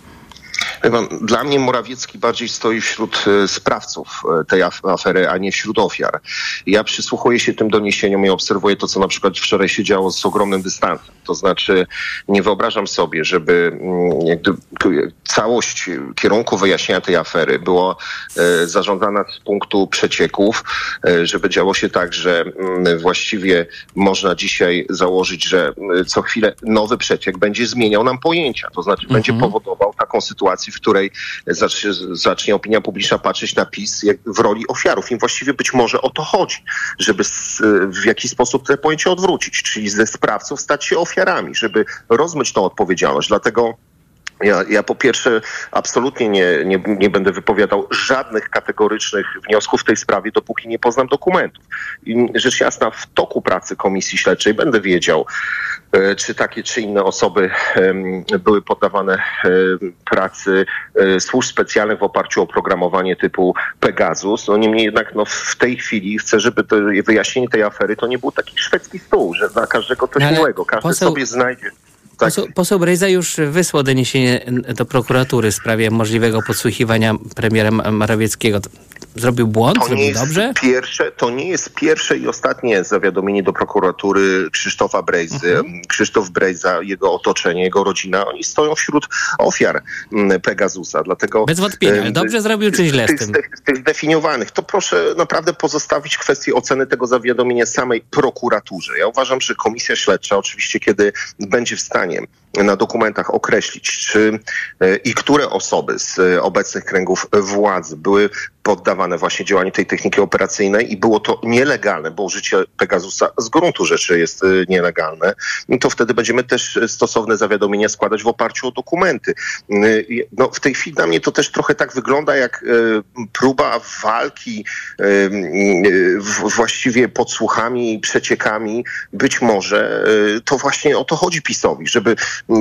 Dla mnie Morawiecki bardziej stoi wśród sprawców tej afery, a nie wśród ofiar. Ja przysłuchuję się tym doniesieniom i obserwuję to, co na przykład wczoraj się działo z ogromnym dystansem. To znaczy nie wyobrażam sobie, żeby całość kierunku wyjaśnienia tej afery była zarządzana z punktu przecieków, żeby działo się tak, że właściwie można dzisiaj założyć, że co chwilę nowy przeciek będzie zmieniał nam pojęcia. To znaczy będzie powodował taką sytuację, w której zacznie opinia publiczna patrzeć na PiS w roli ofiarów. I właściwie być może o to chodzi, żeby w jakiś sposób te pojęcia odwrócić, czyli ze sprawców stać się ofiarami, żeby rozmyć tą odpowiedzialność. Dlatego ja po pierwsze absolutnie nie będę wypowiadał żadnych kategorycznych wniosków w tej sprawie, dopóki nie poznam dokumentów. I rzecz jasna, w toku pracy Komisji Śledczej będę wiedział, czy takie czy inne osoby były poddawane pracy służb specjalnych w oparciu o oprogramowanie typu Pegasus. Niemniej jednak w tej chwili chcę, żeby to wyjaśnienie tej afery to nie był taki szwedzki stół, że dla każdego coś miłego. Każdy sobie znajdzie. Tak. Poseł Brejza już wysłał doniesienie do prokuratury w sprawie możliwego podsłuchiwania premiera Morawieckiego. Zrobił błąd? Zrobił dobrze? To nie jest pierwsze i ostatnie zawiadomienie do prokuratury Krzysztofa Brejzy. Krzysztof Brejza, jego otoczenie, jego rodzina, oni stoją wśród ofiar Pegasusa. Dlatego bez wątpienia, ale dobrze zrobił czy źle z tym? Tych zdefiniowanych. To proszę naprawdę pozostawić kwestię oceny tego zawiadomienia samej prokuraturze. Ja uważam, że Komisja Śledcza oczywiście, kiedy będzie w stanie na dokumentach określić, i które osoby z obecnych kręgów władzy były poddawane właśnie działaniu tej techniki operacyjnej i było to nielegalne, bo użycie Pegasusa z gruntu rzeczy jest nielegalne, to wtedy będziemy też stosowne zawiadomienia składać w oparciu o dokumenty. W tej chwili dla mnie to też trochę tak wygląda jak próba walki właściwie podsłuchami i przeciekami. Być może to właśnie o to chodzi PiS-owi, żeby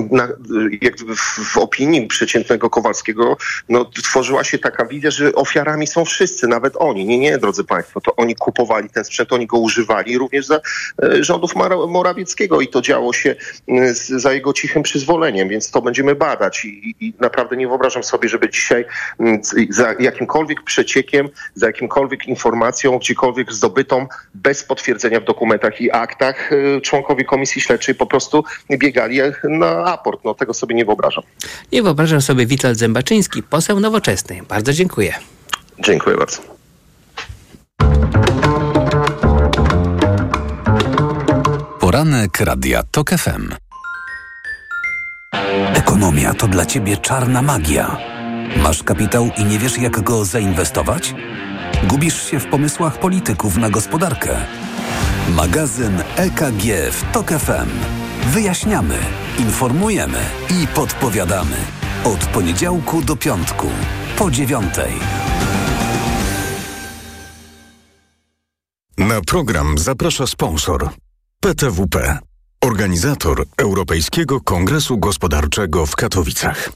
w opinii przeciętnego Kowalskiego tworzyła się taka wizja, że ofiarami są wszyscy, nawet oni. Nie, drodzy państwo, to oni kupowali ten sprzęt, oni go używali również za rządów Morawieckiego i to działo się za jego cichym przyzwoleniem, więc to będziemy badać i naprawdę nie wyobrażam sobie, żeby dzisiaj za jakimkolwiek przeciekiem, za jakimkolwiek informacją, gdziekolwiek zdobytą, bez potwierdzenia w dokumentach i aktach, członkowie Komisji Śledczej po prostu biegali na aport. Tego sobie nie wyobrażam. Nie wyobrażam sobie Witold Zębaczyński, poseł Nowoczesnej. Bardzo dziękuję. Dziękuję bardzo. Poranek Radia TOK FM. Ekonomia to dla Ciebie czarna magia. Masz kapitał i nie wiesz, jak go zainwestować? Gubisz się w pomysłach polityków na gospodarkę? Magazyn EKG w TOK FM. Wyjaśniamy, informujemy i podpowiadamy. Od poniedziałku do piątku, po 9:00. Na program zaprasza sponsor PTWP, organizator Europejskiego Kongresu Gospodarczego w Katowicach.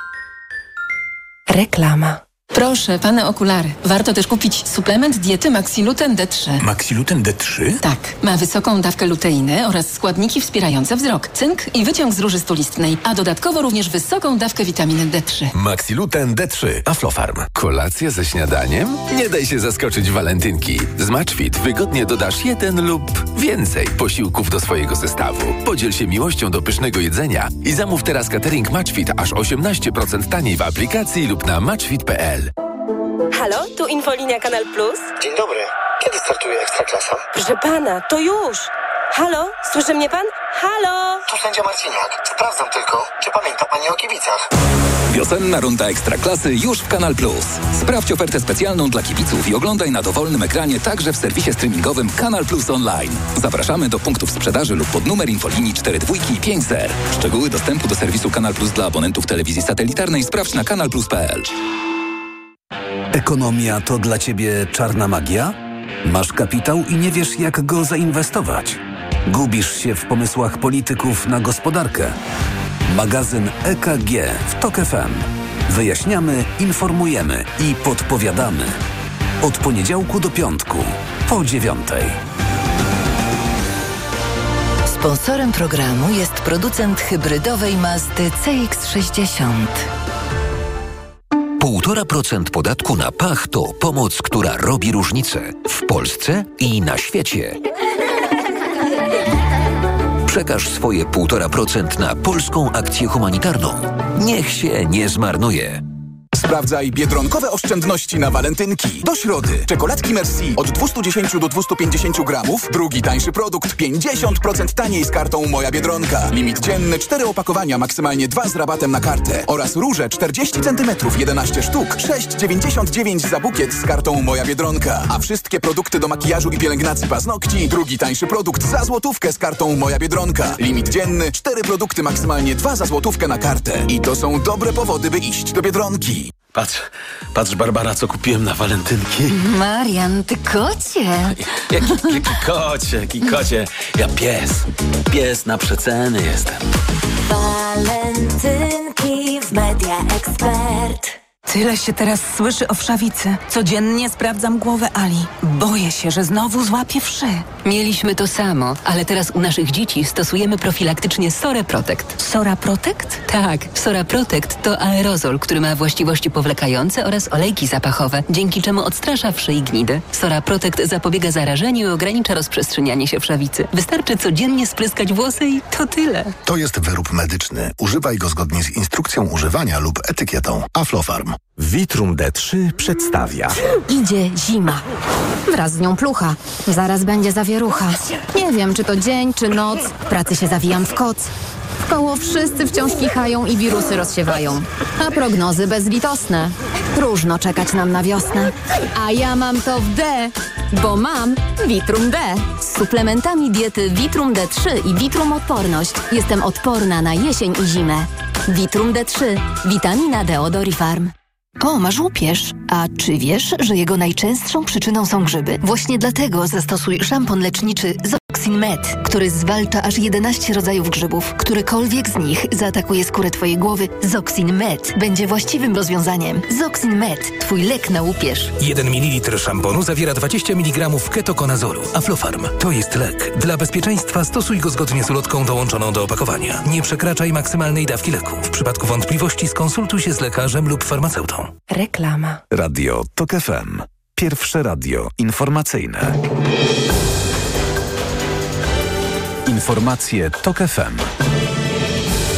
Reklama. Proszę, pane okulary. Warto też kupić suplement diety Maxiluten D3. Maxiluten D3? Tak. Ma wysoką dawkę luteiny oraz składniki wspierające wzrok, cynk i wyciąg z róży stulistnej, a dodatkowo również wysoką dawkę witaminy D3. Maxiluten D3. Aflofarm. Kolacja ze śniadaniem? Nie daj się zaskoczyć w walentynki. Z Matchfit wygodnie dodasz jeden lub więcej posiłków do swojego zestawu. Podziel się miłością do pysznego jedzenia i zamów teraz catering Matchfit aż 18% taniej w aplikacji lub na matchfit.pl. Halo, tu Infolinia Kanal Plus. Dzień dobry. Kiedy startuje Ekstraklasa? Proszę pana, to już. Halo, słyszy mnie pan? Halo! Tu sędzia Marciniak. Sprawdzam tylko, czy pamięta pani o kibicach. Wiosenna runda Ekstraklasy już w Kanal Plus. Sprawdź ofertę specjalną dla kibiców i oglądaj na dowolnym ekranie także w serwisie streamingowym Kanal Plus Online. Zapraszamy do punktów sprzedaży lub pod numer infolinii 42 i 50. Szczegóły dostępu do serwisu Kanal Plus dla abonentów telewizji satelitarnej sprawdź na kanalplus.pl. Ekonomia to dla Ciebie czarna magia? Masz kapitał i nie wiesz, jak go zainwestować? Gubisz się w pomysłach polityków na gospodarkę? Magazyn EKG w TOK FM. Wyjaśniamy, informujemy i podpowiadamy. Od poniedziałku do piątku, po 9:00. Sponsorem programu jest producent hybrydowej Mazdy CX-60. 1,5% podatku na pach to pomoc, która robi różnicę w Polsce i na świecie. Przekaż swoje 1,5% na polską akcję humanitarną. Niech się nie zmarnuje. Sprawdzaj biedronkowe oszczędności na walentynki. Do środy. Czekoladki Merci od 210 do 250 gramów. Drugi tańszy produkt 50% taniej z kartą Moja Biedronka. Limit dzienny 4 opakowania, maksymalnie 2 z rabatem na kartę. Oraz róże 40 cm 11 sztuk. 6,99 za bukiet z kartą Moja Biedronka. A wszystkie produkty do makijażu i pielęgnacji paznokci. Drugi tańszy produkt za złotówkę z kartą Moja Biedronka. Limit dzienny 4 produkty, maksymalnie 2 za złotówkę na kartę. I to są dobre powody, by iść do Biedronki. Patrz Barbara, co kupiłem na walentynki. Marian, ty kocie. Jaki kocie. Ja pies na przeceny jestem. Walentynki w Media Expert. Tyle się teraz słyszy o wszawicy. Codziennie sprawdzam głowę Ali. Boję się, że znowu złapię wszy. Mieliśmy to samo, ale teraz u naszych dzieci stosujemy profilaktycznie Sora Protect. Sora Protect? Tak, Sora Protect to aerozol, który ma właściwości powlekające oraz olejki zapachowe, dzięki czemu odstrasza wszy i gnidy. Sora Protect zapobiega zarażeniu i ogranicza rozprzestrzenianie się wszawicy. Wystarczy codziennie spryskać włosy i to tyle. To jest wyrób medyczny. Używaj go zgodnie z instrukcją używania lub etykietą. Aflofarm. Vitrum D3 przedstawia. Idzie zima. Wraz z nią plucha. Zaraz będzie zawierucha. Nie wiem, czy to dzień, czy noc. W pracy się zawijam w koc. Wkoło wszyscy wciąż kichają i wirusy rozsiewają. A prognozy bezlitosne. Próżno czekać nam na wiosnę. A ja mam to w D, bo mam Vitrum D. Z suplementami diety Vitrum D3 i Vitrum Odporność jestem odporna na jesień i zimę. Vitrum D3. Witamina D od Orifarm. O, masz łupież. A czy wiesz, że jego najczęstszą przyczyną są grzyby? Właśnie dlatego zastosuj szampon leczniczy Zoxin Med, który zwalcza aż 11 rodzajów grzybów. Którykolwiek z nich zaatakuje skórę twojej głowy, Zoxin Med będzie właściwym rozwiązaniem. Zoxin Med, twój lek na łupież. 1 ml szamponu zawiera 20 mg ketokonazolu. Aflofarm to jest lek. Dla bezpieczeństwa stosuj go zgodnie z ulotką dołączoną do opakowania. Nie przekraczaj maksymalnej dawki leku. W przypadku wątpliwości skonsultuj się z lekarzem lub farmaceutą. Reklama. Radio TOK FM. Pierwsze radio informacyjne. Informacje TOK FM.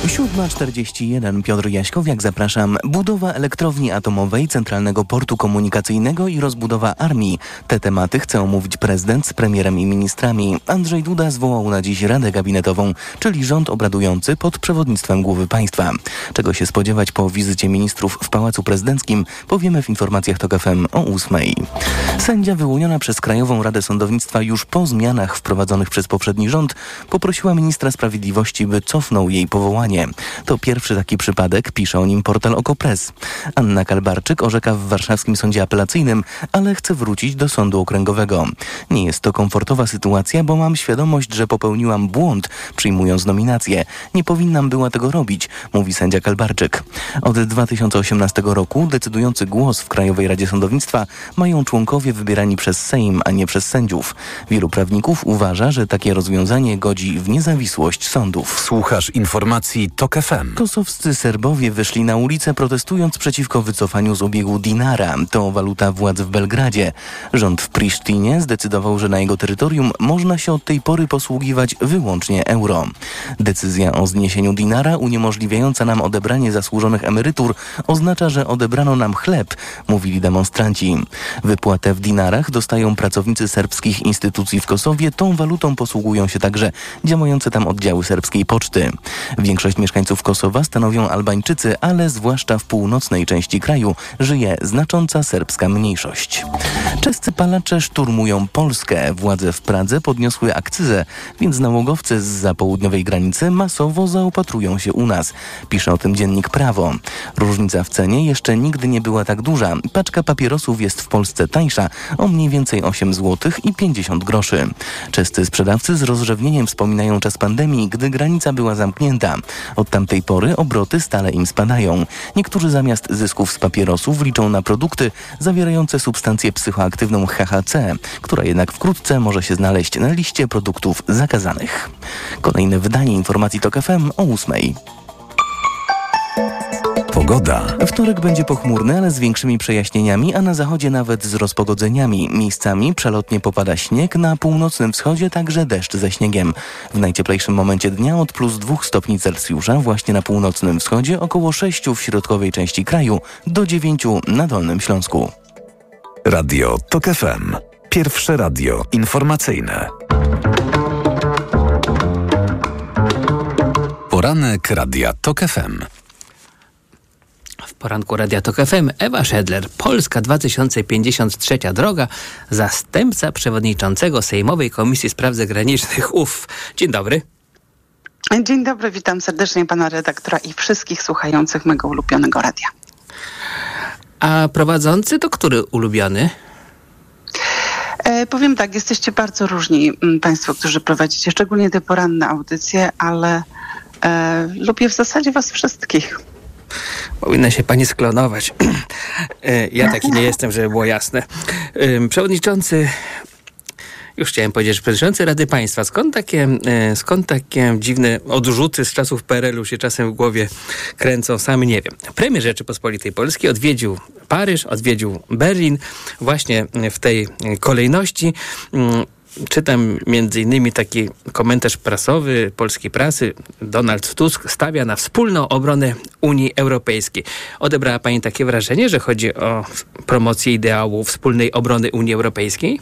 7:41. Piotr Jaśkowiak, zapraszam. Budowa elektrowni atomowej, centralnego portu komunikacyjnego i rozbudowa armii. Te tematy chce omówić prezydent z premierem i ministrami. Andrzej Duda zwołał na dziś Radę Gabinetową, czyli rząd obradujący pod przewodnictwem głowy państwa. Czego się spodziewać po wizycie ministrów w Pałacu Prezydenckim, powiemy w informacjach TOK FM o 8:00. Sędzia wyłoniona przez Krajową Radę Sądownictwa już po zmianach wprowadzonych przez poprzedni rząd poprosiła ministra sprawiedliwości, by cofnął jej powołanie. To pierwszy taki przypadek, pisze o nim portal Okopres. Anna Kalbarczyk orzeka w warszawskim sądzie apelacyjnym, ale chce wrócić do sądu okręgowego. Nie jest to komfortowa sytuacja, bo mam świadomość, że popełniłam błąd, przyjmując nominację. Nie powinnam była tego robić, mówi sędzia Kalbarczyk. Od 2018 roku decydujący głos w Krajowej Radzie Sądownictwa mają członkowie wybierani przez Sejm, a nie przez sędziów. Wielu prawników uważa, że takie rozwiązanie godzi w niezawisłość sądów. Słuchasz informacji TOK FM. Kosowscy Serbowie wyszli na ulicę, protestując przeciwko wycofaniu z obiegu dinara. To waluta władz w Belgradzie. Rząd w Prisztinie zdecydował, że na jego terytorium można się od tej pory posługiwać wyłącznie euro. Decyzja o zniesieniu dinara, uniemożliwiająca nam odebranie zasłużonych emerytur, oznacza, że odebrano nam chleb, mówili demonstranci. Wypłatę w dinarach dostają pracownicy serbskich instytucji w Kosowie. Tą walutą posługują się także działające tam oddziały serbskiej poczty. Większość mieszkańców Kosowa stanowią Albańczycy, ale zwłaszcza w północnej części kraju żyje znacząca serbska mniejszość. Czescy palacze szturmują Polskę. Władze w Pradze podniosły akcyzę, więc nałogowcy zza południowej granicy masowo zaopatrują się u nas. Pisze o tym dziennik Prawo. Różnica w cenie jeszcze nigdy nie była tak duża. Paczka papierosów jest w Polsce tańsza o mniej więcej 8 zł i 50 groszy. Czescy sprzedawcy z rozrzewnieniem wspominają czas pandemii, gdy granica była zamknięta. Od tamtej pory obroty stale im spadają. Niektórzy zamiast zysków z papierosów liczą na produkty zawierające substancję psychoaktywną HHC, która jednak wkrótce może się znaleźć na liście produktów zakazanych. Kolejne wydanie informacji TOK FM o 8:00. Pogoda. Wtorek będzie pochmurny, ale z większymi przejaśnieniami, a na zachodzie nawet z rozpogodzeniami. Miejscami przelotnie popada śnieg, na północnym wschodzie także deszcz ze śniegiem. W najcieplejszym momencie dnia od +2 stopni Celsjusza właśnie na północnym wschodzie, około 6 w środkowej części kraju, do 9 na Dolnym Śląsku. Radio TOK FM. Pierwsze radio informacyjne. Poranek Radia TOK FM. W poranku Radia TOK FM Ewa Szedler, Polska 2053 droga, zastępca przewodniczącego Sejmowej Komisji Spraw Zagranicznych. Dzień dobry. Dzień dobry, witam serdecznie pana redaktora i wszystkich słuchających mego ulubionego radia. A prowadzący to który ulubiony? Powiem tak, jesteście bardzo różni państwo, którzy prowadzicie, szczególnie te poranne audycje, ale lubię w zasadzie was wszystkich. Powinna się pani sklonować. Ja taki nie jestem, żeby było jasne. Przewodniczący, już chciałem powiedzieć, że przewodniczący Rady Państwa, skąd takie dziwne odrzuty z czasów PRL-u się czasem w głowie kręcą, sami nie wiem. Premier Rzeczypospolitej Polskiej odwiedził Paryż, odwiedził Berlin, właśnie w tej kolejności. Czytam między innymi taki komentarz prasowy polskiej prasy. Donald Tusk stawia na wspólną obronę Unii Europejskiej. Odebrała pani takie wrażenie, że chodzi o promocję ideału wspólnej obrony Unii Europejskiej?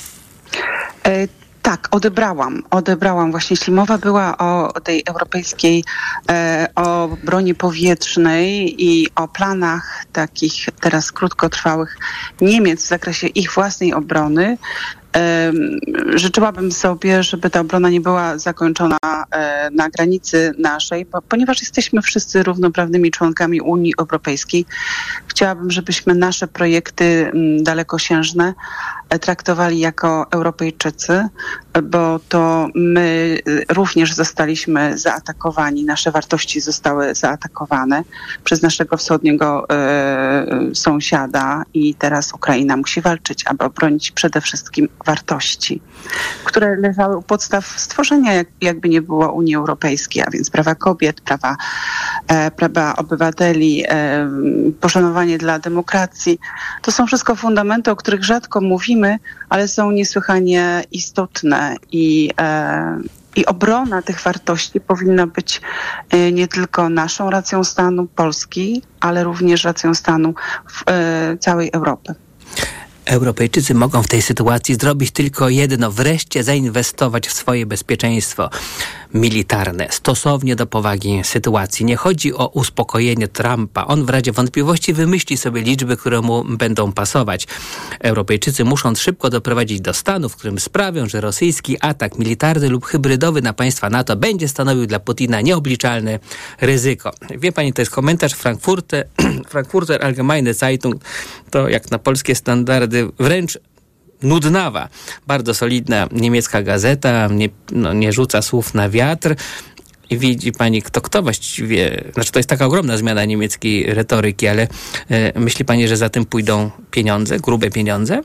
Tak, odebrałam. Właśnie jeśli mowa była o tej europejskiej o broni powietrznej i o planach takich teraz krótkotrwałych Niemiec w zakresie ich własnej obrony, życzyłabym sobie, żeby ta obrona nie była zakończona na granicy naszej, ponieważ jesteśmy wszyscy równoprawnymi członkami Unii Europejskiej. Chciałabym, żebyśmy nasze projekty dalekosiężne traktowali jako Europejczycy, bo to my również zostaliśmy zaatakowani, nasze wartości zostały zaatakowane przez naszego wschodniego sąsiada i teraz Ukraina musi walczyć, aby obronić przede wszystkim wartości, które leżały u podstaw stworzenia, jakby nie było Unii Europejskiej, a więc prawa kobiet, prawa obywateli, poszanowanie dla demokracji. To są wszystko fundamenty, o których rzadko mówimy, ale są niesłychanie istotne i I obrona tych wartości powinna być nie tylko naszą racją stanu Polski, ale również racją stanu całej Europy. Europejczycy mogą w tej sytuacji zrobić tylko jedno, wreszcie zainwestować w swoje bezpieczeństwo militarne, stosownie do powagi sytuacji. Nie chodzi o uspokojenie Trumpa. On w razie wątpliwości wymyśli sobie liczby, które mu będą pasować. Europejczycy muszą szybko doprowadzić do stanu, w którym sprawią, że rosyjski atak militarny lub hybrydowy na państwa NATO będzie stanowił dla Putina nieobliczalne ryzyko. Wie pani, to jest komentarz Frankfurter Allgemeine Zeitung. To jak na polskie standardy wręcz nudnawa, bardzo solidna niemiecka gazeta, nie rzuca słów na wiatr. I widzi pani, kto właściwie, to jest taka ogromna zmiana niemieckiej retoryki, ale myśli pani, że za tym pójdą pieniądze, grube pieniądze?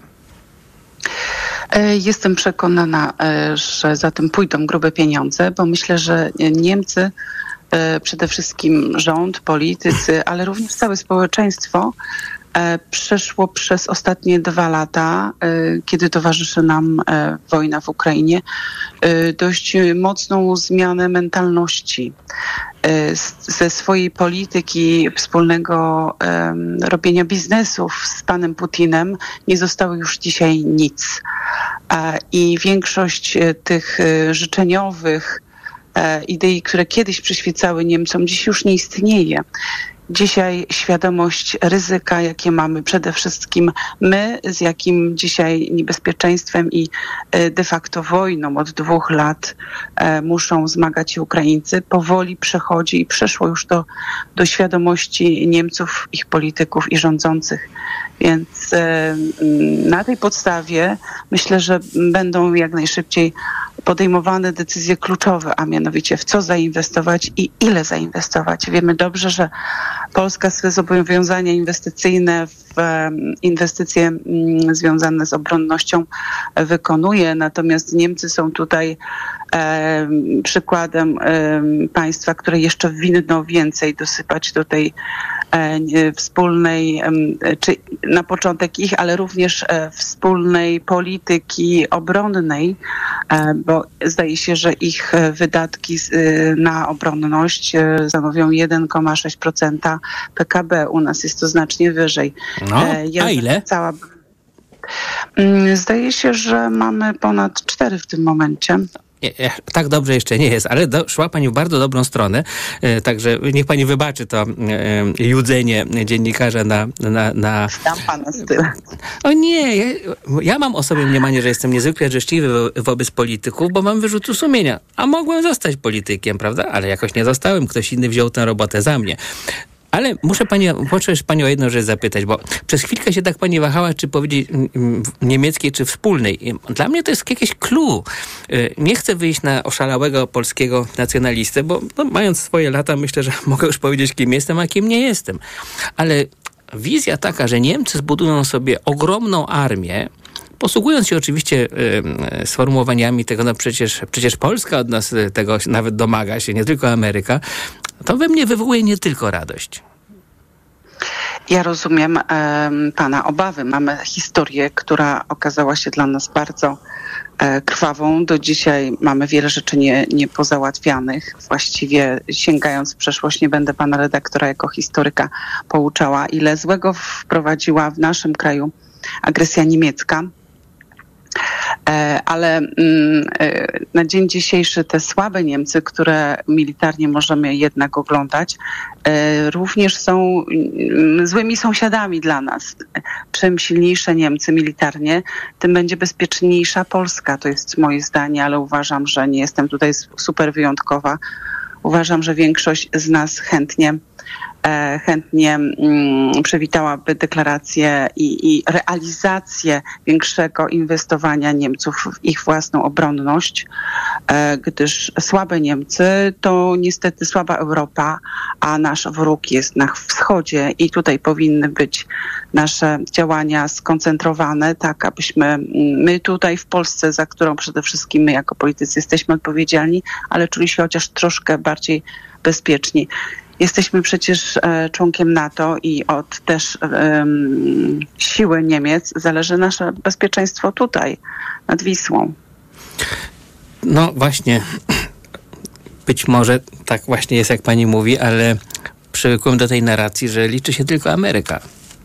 Jestem przekonana, że za tym pójdą grube pieniądze, bo myślę, że Niemcy, przede wszystkim rząd, politycy, ale również całe społeczeństwo przeszło przez ostatnie 2 lata, kiedy towarzyszy nam wojna w Ukrainie, dość mocną zmianę mentalności. Ze swojej polityki wspólnego robienia biznesów z panem Putinem nie zostało już dzisiaj nic. I większość tych życzeniowych idei, które kiedyś przyświecały Niemcom, dziś już nie istnieje. Dzisiaj świadomość ryzyka, jakie mamy przede wszystkim my, z jakim dzisiaj niebezpieczeństwem i de facto wojną od 2 lat muszą zmagać się Ukraińcy, powoli przechodzi i przeszło już do świadomości Niemców, ich polityków i rządzących. Więc na tej podstawie myślę, że będą jak najszybciej podejmowane decyzje kluczowe, a mianowicie w co zainwestować i ile zainwestować. Wiemy dobrze, że Polska swe zobowiązania inwestycyjne w inwestycje związane z obronnością wykonuje, w Niemcy są tutaj przykładem państwa, które jeszcze winno więcej dosypać do tej wspólnej, czy na początek ich, ale również wspólnej polityki obronnej, bo zdaje się, że ich wydatki na obronność stanowią 1,6% PKB. U nas jest to znacznie wyżej. A ile? Zdaje się, że mamy ponad 4 w tym momencie. Tak dobrze jeszcze nie jest, ale szła pani w bardzo dobrą stronę, także niech pani wybaczy to judzenie dziennikarza na... Dam pana z tyłu. O nie, ja mam o sobie mniemanie, że jestem niezwykle życzliwy wobec polityków, bo mam wyrzutu sumienia, a mogłem zostać politykiem, prawda? Ale jakoś nie zostałem, ktoś inny wziął tę robotę za mnie. Ale muszę panią o jedną rzecz zapytać, bo przez chwilkę się tak pani wahała, czy powiedzieć niemieckiej, czy wspólnej. Dla mnie to jest jakieś clue. Nie chcę wyjść na oszalałego polskiego nacjonalistę, bo mając swoje lata, myślę, że mogę już powiedzieć, kim jestem, a kim nie jestem. Ale wizja taka, że Niemcy zbudują sobie ogromną armię, posługując się oczywiście sformułowaniami tego, przecież Polska od nas tego nawet domaga się, nie tylko Ameryka, to we mnie wywołuje nie tylko radość. Ja rozumiem pana obawy. Mamy historię, która okazała się dla nas bardzo krwawą. Do dzisiaj mamy wiele rzeczy niepozałatwianych. Właściwie sięgając w przeszłość, nie będę pana redaktora jako historyka pouczała, ile złego wprowadziła w naszym kraju agresja niemiecka. Ale na dzień dzisiejszy te słabe Niemcy, które militarnie możemy jednak oglądać, również są złymi sąsiadami dla nas. Czym silniejsze Niemcy militarnie, tym będzie bezpieczniejsza Polska. To jest moje zdanie, ale uważam, że nie jestem tutaj super wyjątkowa. Uważam, że większość z nas chętnie przywitałaby deklarację i realizację większego inwestowania Niemców w ich własną obronność, gdyż słabe Niemcy to niestety słaba Europa, a nasz wróg jest na wschodzie i tutaj powinny być nasze działania skoncentrowane, tak abyśmy my tutaj w Polsce, za którą przede wszystkim my jako politycy jesteśmy odpowiedzialni, ale czuli się chociaż troszkę bardziej bezpieczni. Jesteśmy przecież członkiem NATO i od też siły Niemiec zależy nasze bezpieczeństwo tutaj, nad Wisłą. No właśnie, być może tak właśnie jest, jak pani mówi, ale przywykłem do tej narracji, że liczy się tylko Ameryka.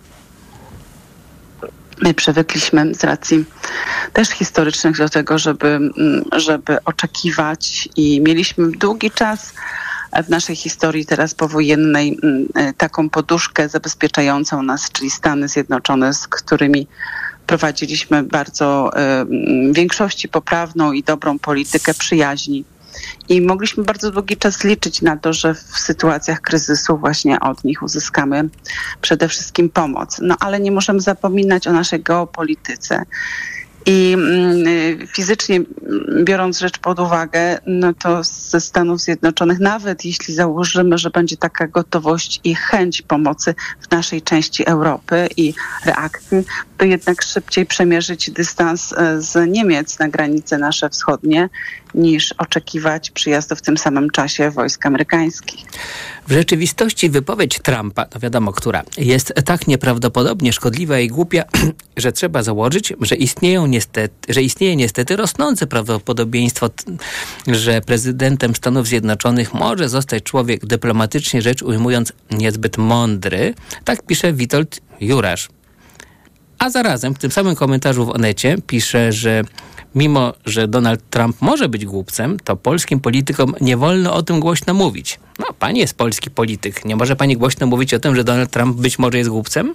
My przywykliśmy z racji też historycznych do tego, żeby oczekiwać i mieliśmy długi czas w naszej historii teraz powojennej taką poduszkę zabezpieczającą nas, czyli Stany Zjednoczone, z którymi prowadziliśmy bardzo w większości poprawną i dobrą politykę przyjaźni. I mogliśmy bardzo długi czas liczyć na to, że w sytuacjach kryzysu właśnie od nich uzyskamy przede wszystkim pomoc. No ale nie możemy zapominać o naszej geopolityce. I fizycznie biorąc rzecz pod uwagę, no to ze Stanów Zjednoczonych, nawet jeśli założymy, że będzie taka gotowość i chęć pomocy w naszej części Europy i reakcji, to jednak szybciej przemierzyć dystans z Niemiec na granice nasze wschodnie, niż oczekiwać przyjazdu w tym samym czasie wojsk amerykańskich. W rzeczywistości wypowiedź Trumpa, no wiadomo która, jest tak nieprawdopodobnie szkodliwa i głupia, że trzeba założyć, że istnieje niestety rosnące prawdopodobieństwo, że prezydentem Stanów Zjednoczonych może zostać człowiek dyplomatycznie rzecz ujmując niezbyt mądry. Tak pisze Witold Jurasz. A zarazem w tym samym komentarzu w Onecie pisze, że mimo, że Donald Trump może być głupcem, to polskim politykom nie wolno o tym głośno mówić. No, pani jest polski polityk. Nie może pani głośno mówić o tym, że Donald Trump być może jest głupcem?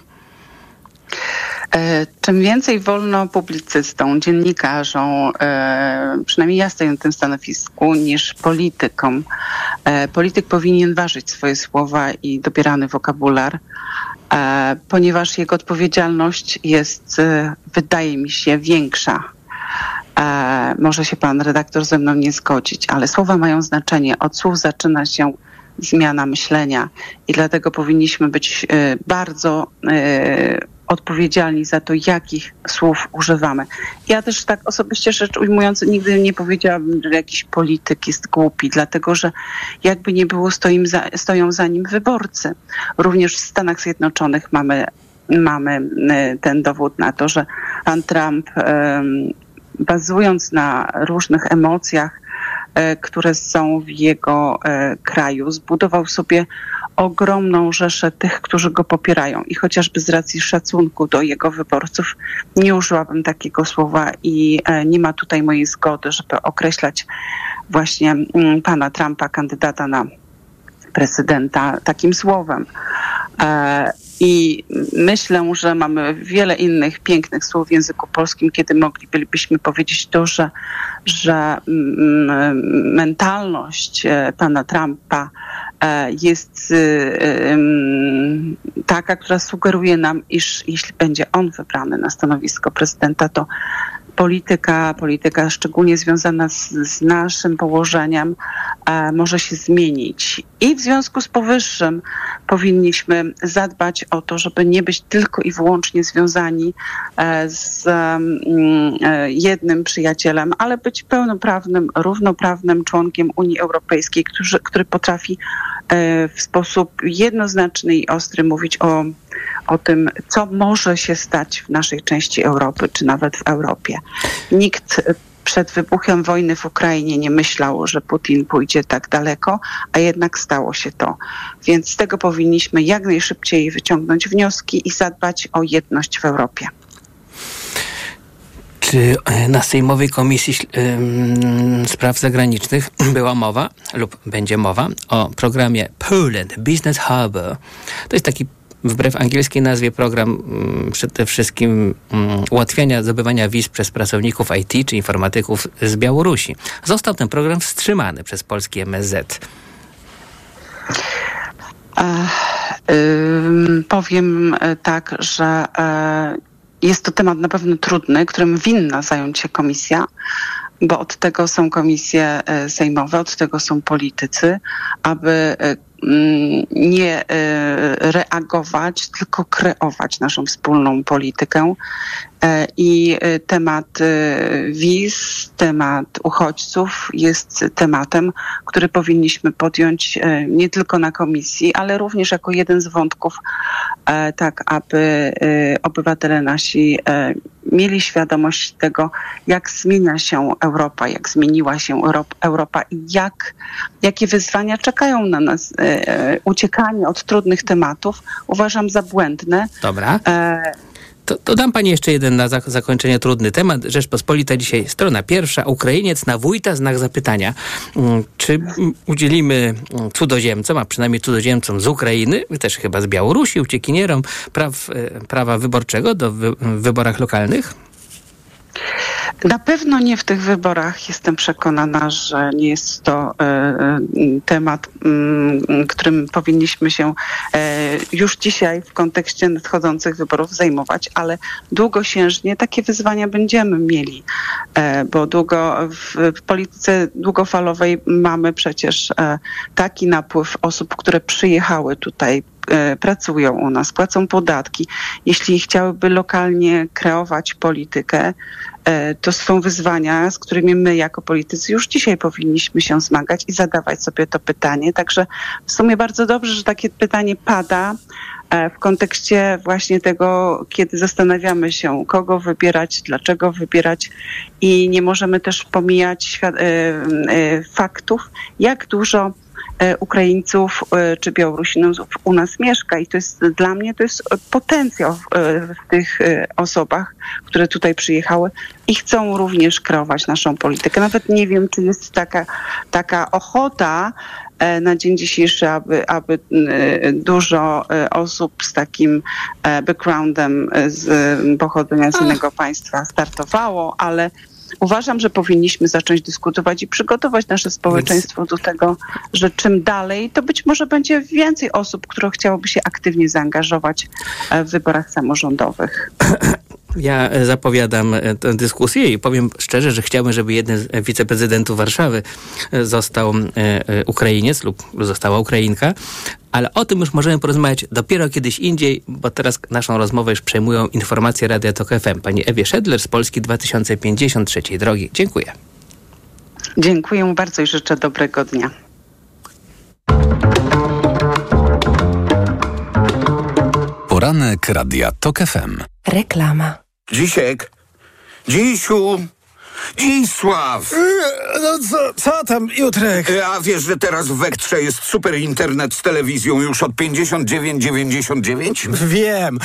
Czym więcej wolno publicystom, dziennikarzom, przynajmniej ja stoję na tym stanowisku, niż politykom. Polityk powinien ważyć swoje słowa i dobierany wokabular, ponieważ jego odpowiedzialność jest, wydaje mi się, większa. Może się pan redaktor ze mną nie zgodzić, ale słowa mają znaczenie. Od słów zaczyna się zmiana myślenia i dlatego powinniśmy być bardzo odpowiedzialni za to, jakich słów używamy. Ja też tak osobiście rzecz ujmując, nigdy nie powiedziałabym, że jakiś polityk jest głupi, dlatego że jakby nie było, stoją za nim wyborcy. Również w Stanach Zjednoczonych mamy ten dowód na to, że pan Trump bazując na różnych emocjach, które są w jego kraju, zbudował sobie ogromną rzeszę tych, którzy go popierają. I chociażby z racji szacunku do jego wyborców nie użyłabym takiego słowa i nie ma tutaj mojej zgody, żeby określać właśnie pana Trumpa, kandydata na prezydenta, takim słowem. I myślę, że mamy wiele innych pięknych słów w języku polskim, kiedy moglibyśmy powiedzieć to, że mentalność pana Trumpa jest taka, która sugeruje nam, iż jeśli będzie on wybrany na stanowisko prezydenta, to polityka szczególnie związana z naszym położeniem może się zmienić. I w związku z powyższym powinniśmy zadbać o to, żeby nie być tylko i wyłącznie związani z jednym przyjacielem, ale być pełnoprawnym, równoprawnym członkiem Unii Europejskiej, który potrafi w sposób jednoznaczny i ostry mówić o tym, co może się stać w naszej części Europy, czy nawet w Europie. Nikt przed wybuchem wojny w Ukrainie nie myślał, że Putin pójdzie tak daleko, a jednak stało się to. Więc z tego powinniśmy jak najszybciej wyciągnąć wnioski i zadbać o jedność w Europie. Czy na Sejmowej Komisji Spraw Zagranicznych była mowa lub będzie mowa o programie Poland Business Harbor? To jest taki wbrew angielskiej nazwie program przede wszystkim ułatwiania zdobywania wiz przez pracowników IT czy informatyków z Białorusi. Został ten program wstrzymany przez polski MSZ. Powiem tak, że jest to temat na pewno trudny, którym winna zająć się komisja, bo od tego są komisje sejmowe, od tego są politycy, aby nie reagować, tylko kreować naszą wspólną politykę. I temat wiz, temat uchodźców jest tematem, który powinniśmy podjąć nie tylko na komisji, ale również jako jeden z wątków, tak aby obywatele nasi mieli świadomość tego, jak zmienia się Europa, jak zmieniła się Europa i jakie wyzwania czekają na nas. Uciekanie od trudnych tematów uważam za błędne. Dobra. To dam pani jeszcze jeden na zakończenie trudny temat. Rzeczpospolita dzisiaj, strona pierwsza. Ukrainiec na wójta, znak zapytania. Czy udzielimy cudzoziemcom, a przynajmniej cudzoziemcom z Ukrainy, też chyba z Białorusi, uciekinierom prawa wyborczego w wyborach lokalnych? Na pewno nie w tych wyborach. Jestem przekonana, że nie jest to temat, którym powinniśmy się już dzisiaj w kontekście nadchodzących wyborów zajmować, ale długosiężnie takie wyzwania będziemy mieli, bo w polityce długofalowej mamy przecież taki napływ osób, które przyjechały tutaj, pracują u nas, płacą podatki. Jeśli chciałyby lokalnie kreować politykę, to są wyzwania, z którymi my jako politycy już dzisiaj powinniśmy się zmagać i zadawać sobie to pytanie. Także w sumie bardzo dobrze, że takie pytanie pada w kontekście właśnie tego, kiedy zastanawiamy się, kogo wybierać, dlaczego wybierać i nie możemy też pomijać faktów, jak dużo Ukraińców czy Białorusinów u nas mieszka i to jest dla mnie potencjał w tych osobach, które tutaj przyjechały i chcą również kreować naszą politykę. Nawet nie wiem, czy jest taka ochota na dzień dzisiejszy, aby dużo osób z takim backgroundem z pochodzenia z innego państwa startowało, ale uważam, że powinniśmy zacząć dyskutować i przygotować nasze społeczeństwo do tego, że czym dalej, to być może będzie więcej osób, które chciałoby się aktywnie zaangażować w wyborach samorządowych. Ja zapowiadam tę dyskusję i powiem szczerze, że chciałbym, żeby jeden z wiceprezydentów Warszawy został Ukrainiec lub została Ukrainka, ale o tym już możemy porozmawiać dopiero kiedyś indziej, bo teraz naszą rozmowę już przejmują informacje Radia Tok FM. Pani Ewie Szedler z Polski 2053. Drogi, dziękuję. Dziękuję bardzo i życzę dobrego dnia. Poranek Radia Tok FM. Reklama. Dzisiek, Dzisiu, Dzisław. No co tam, Jutrek? A wiesz, że teraz w Wektrze jest super internet z telewizją już od 59,99? Wiem.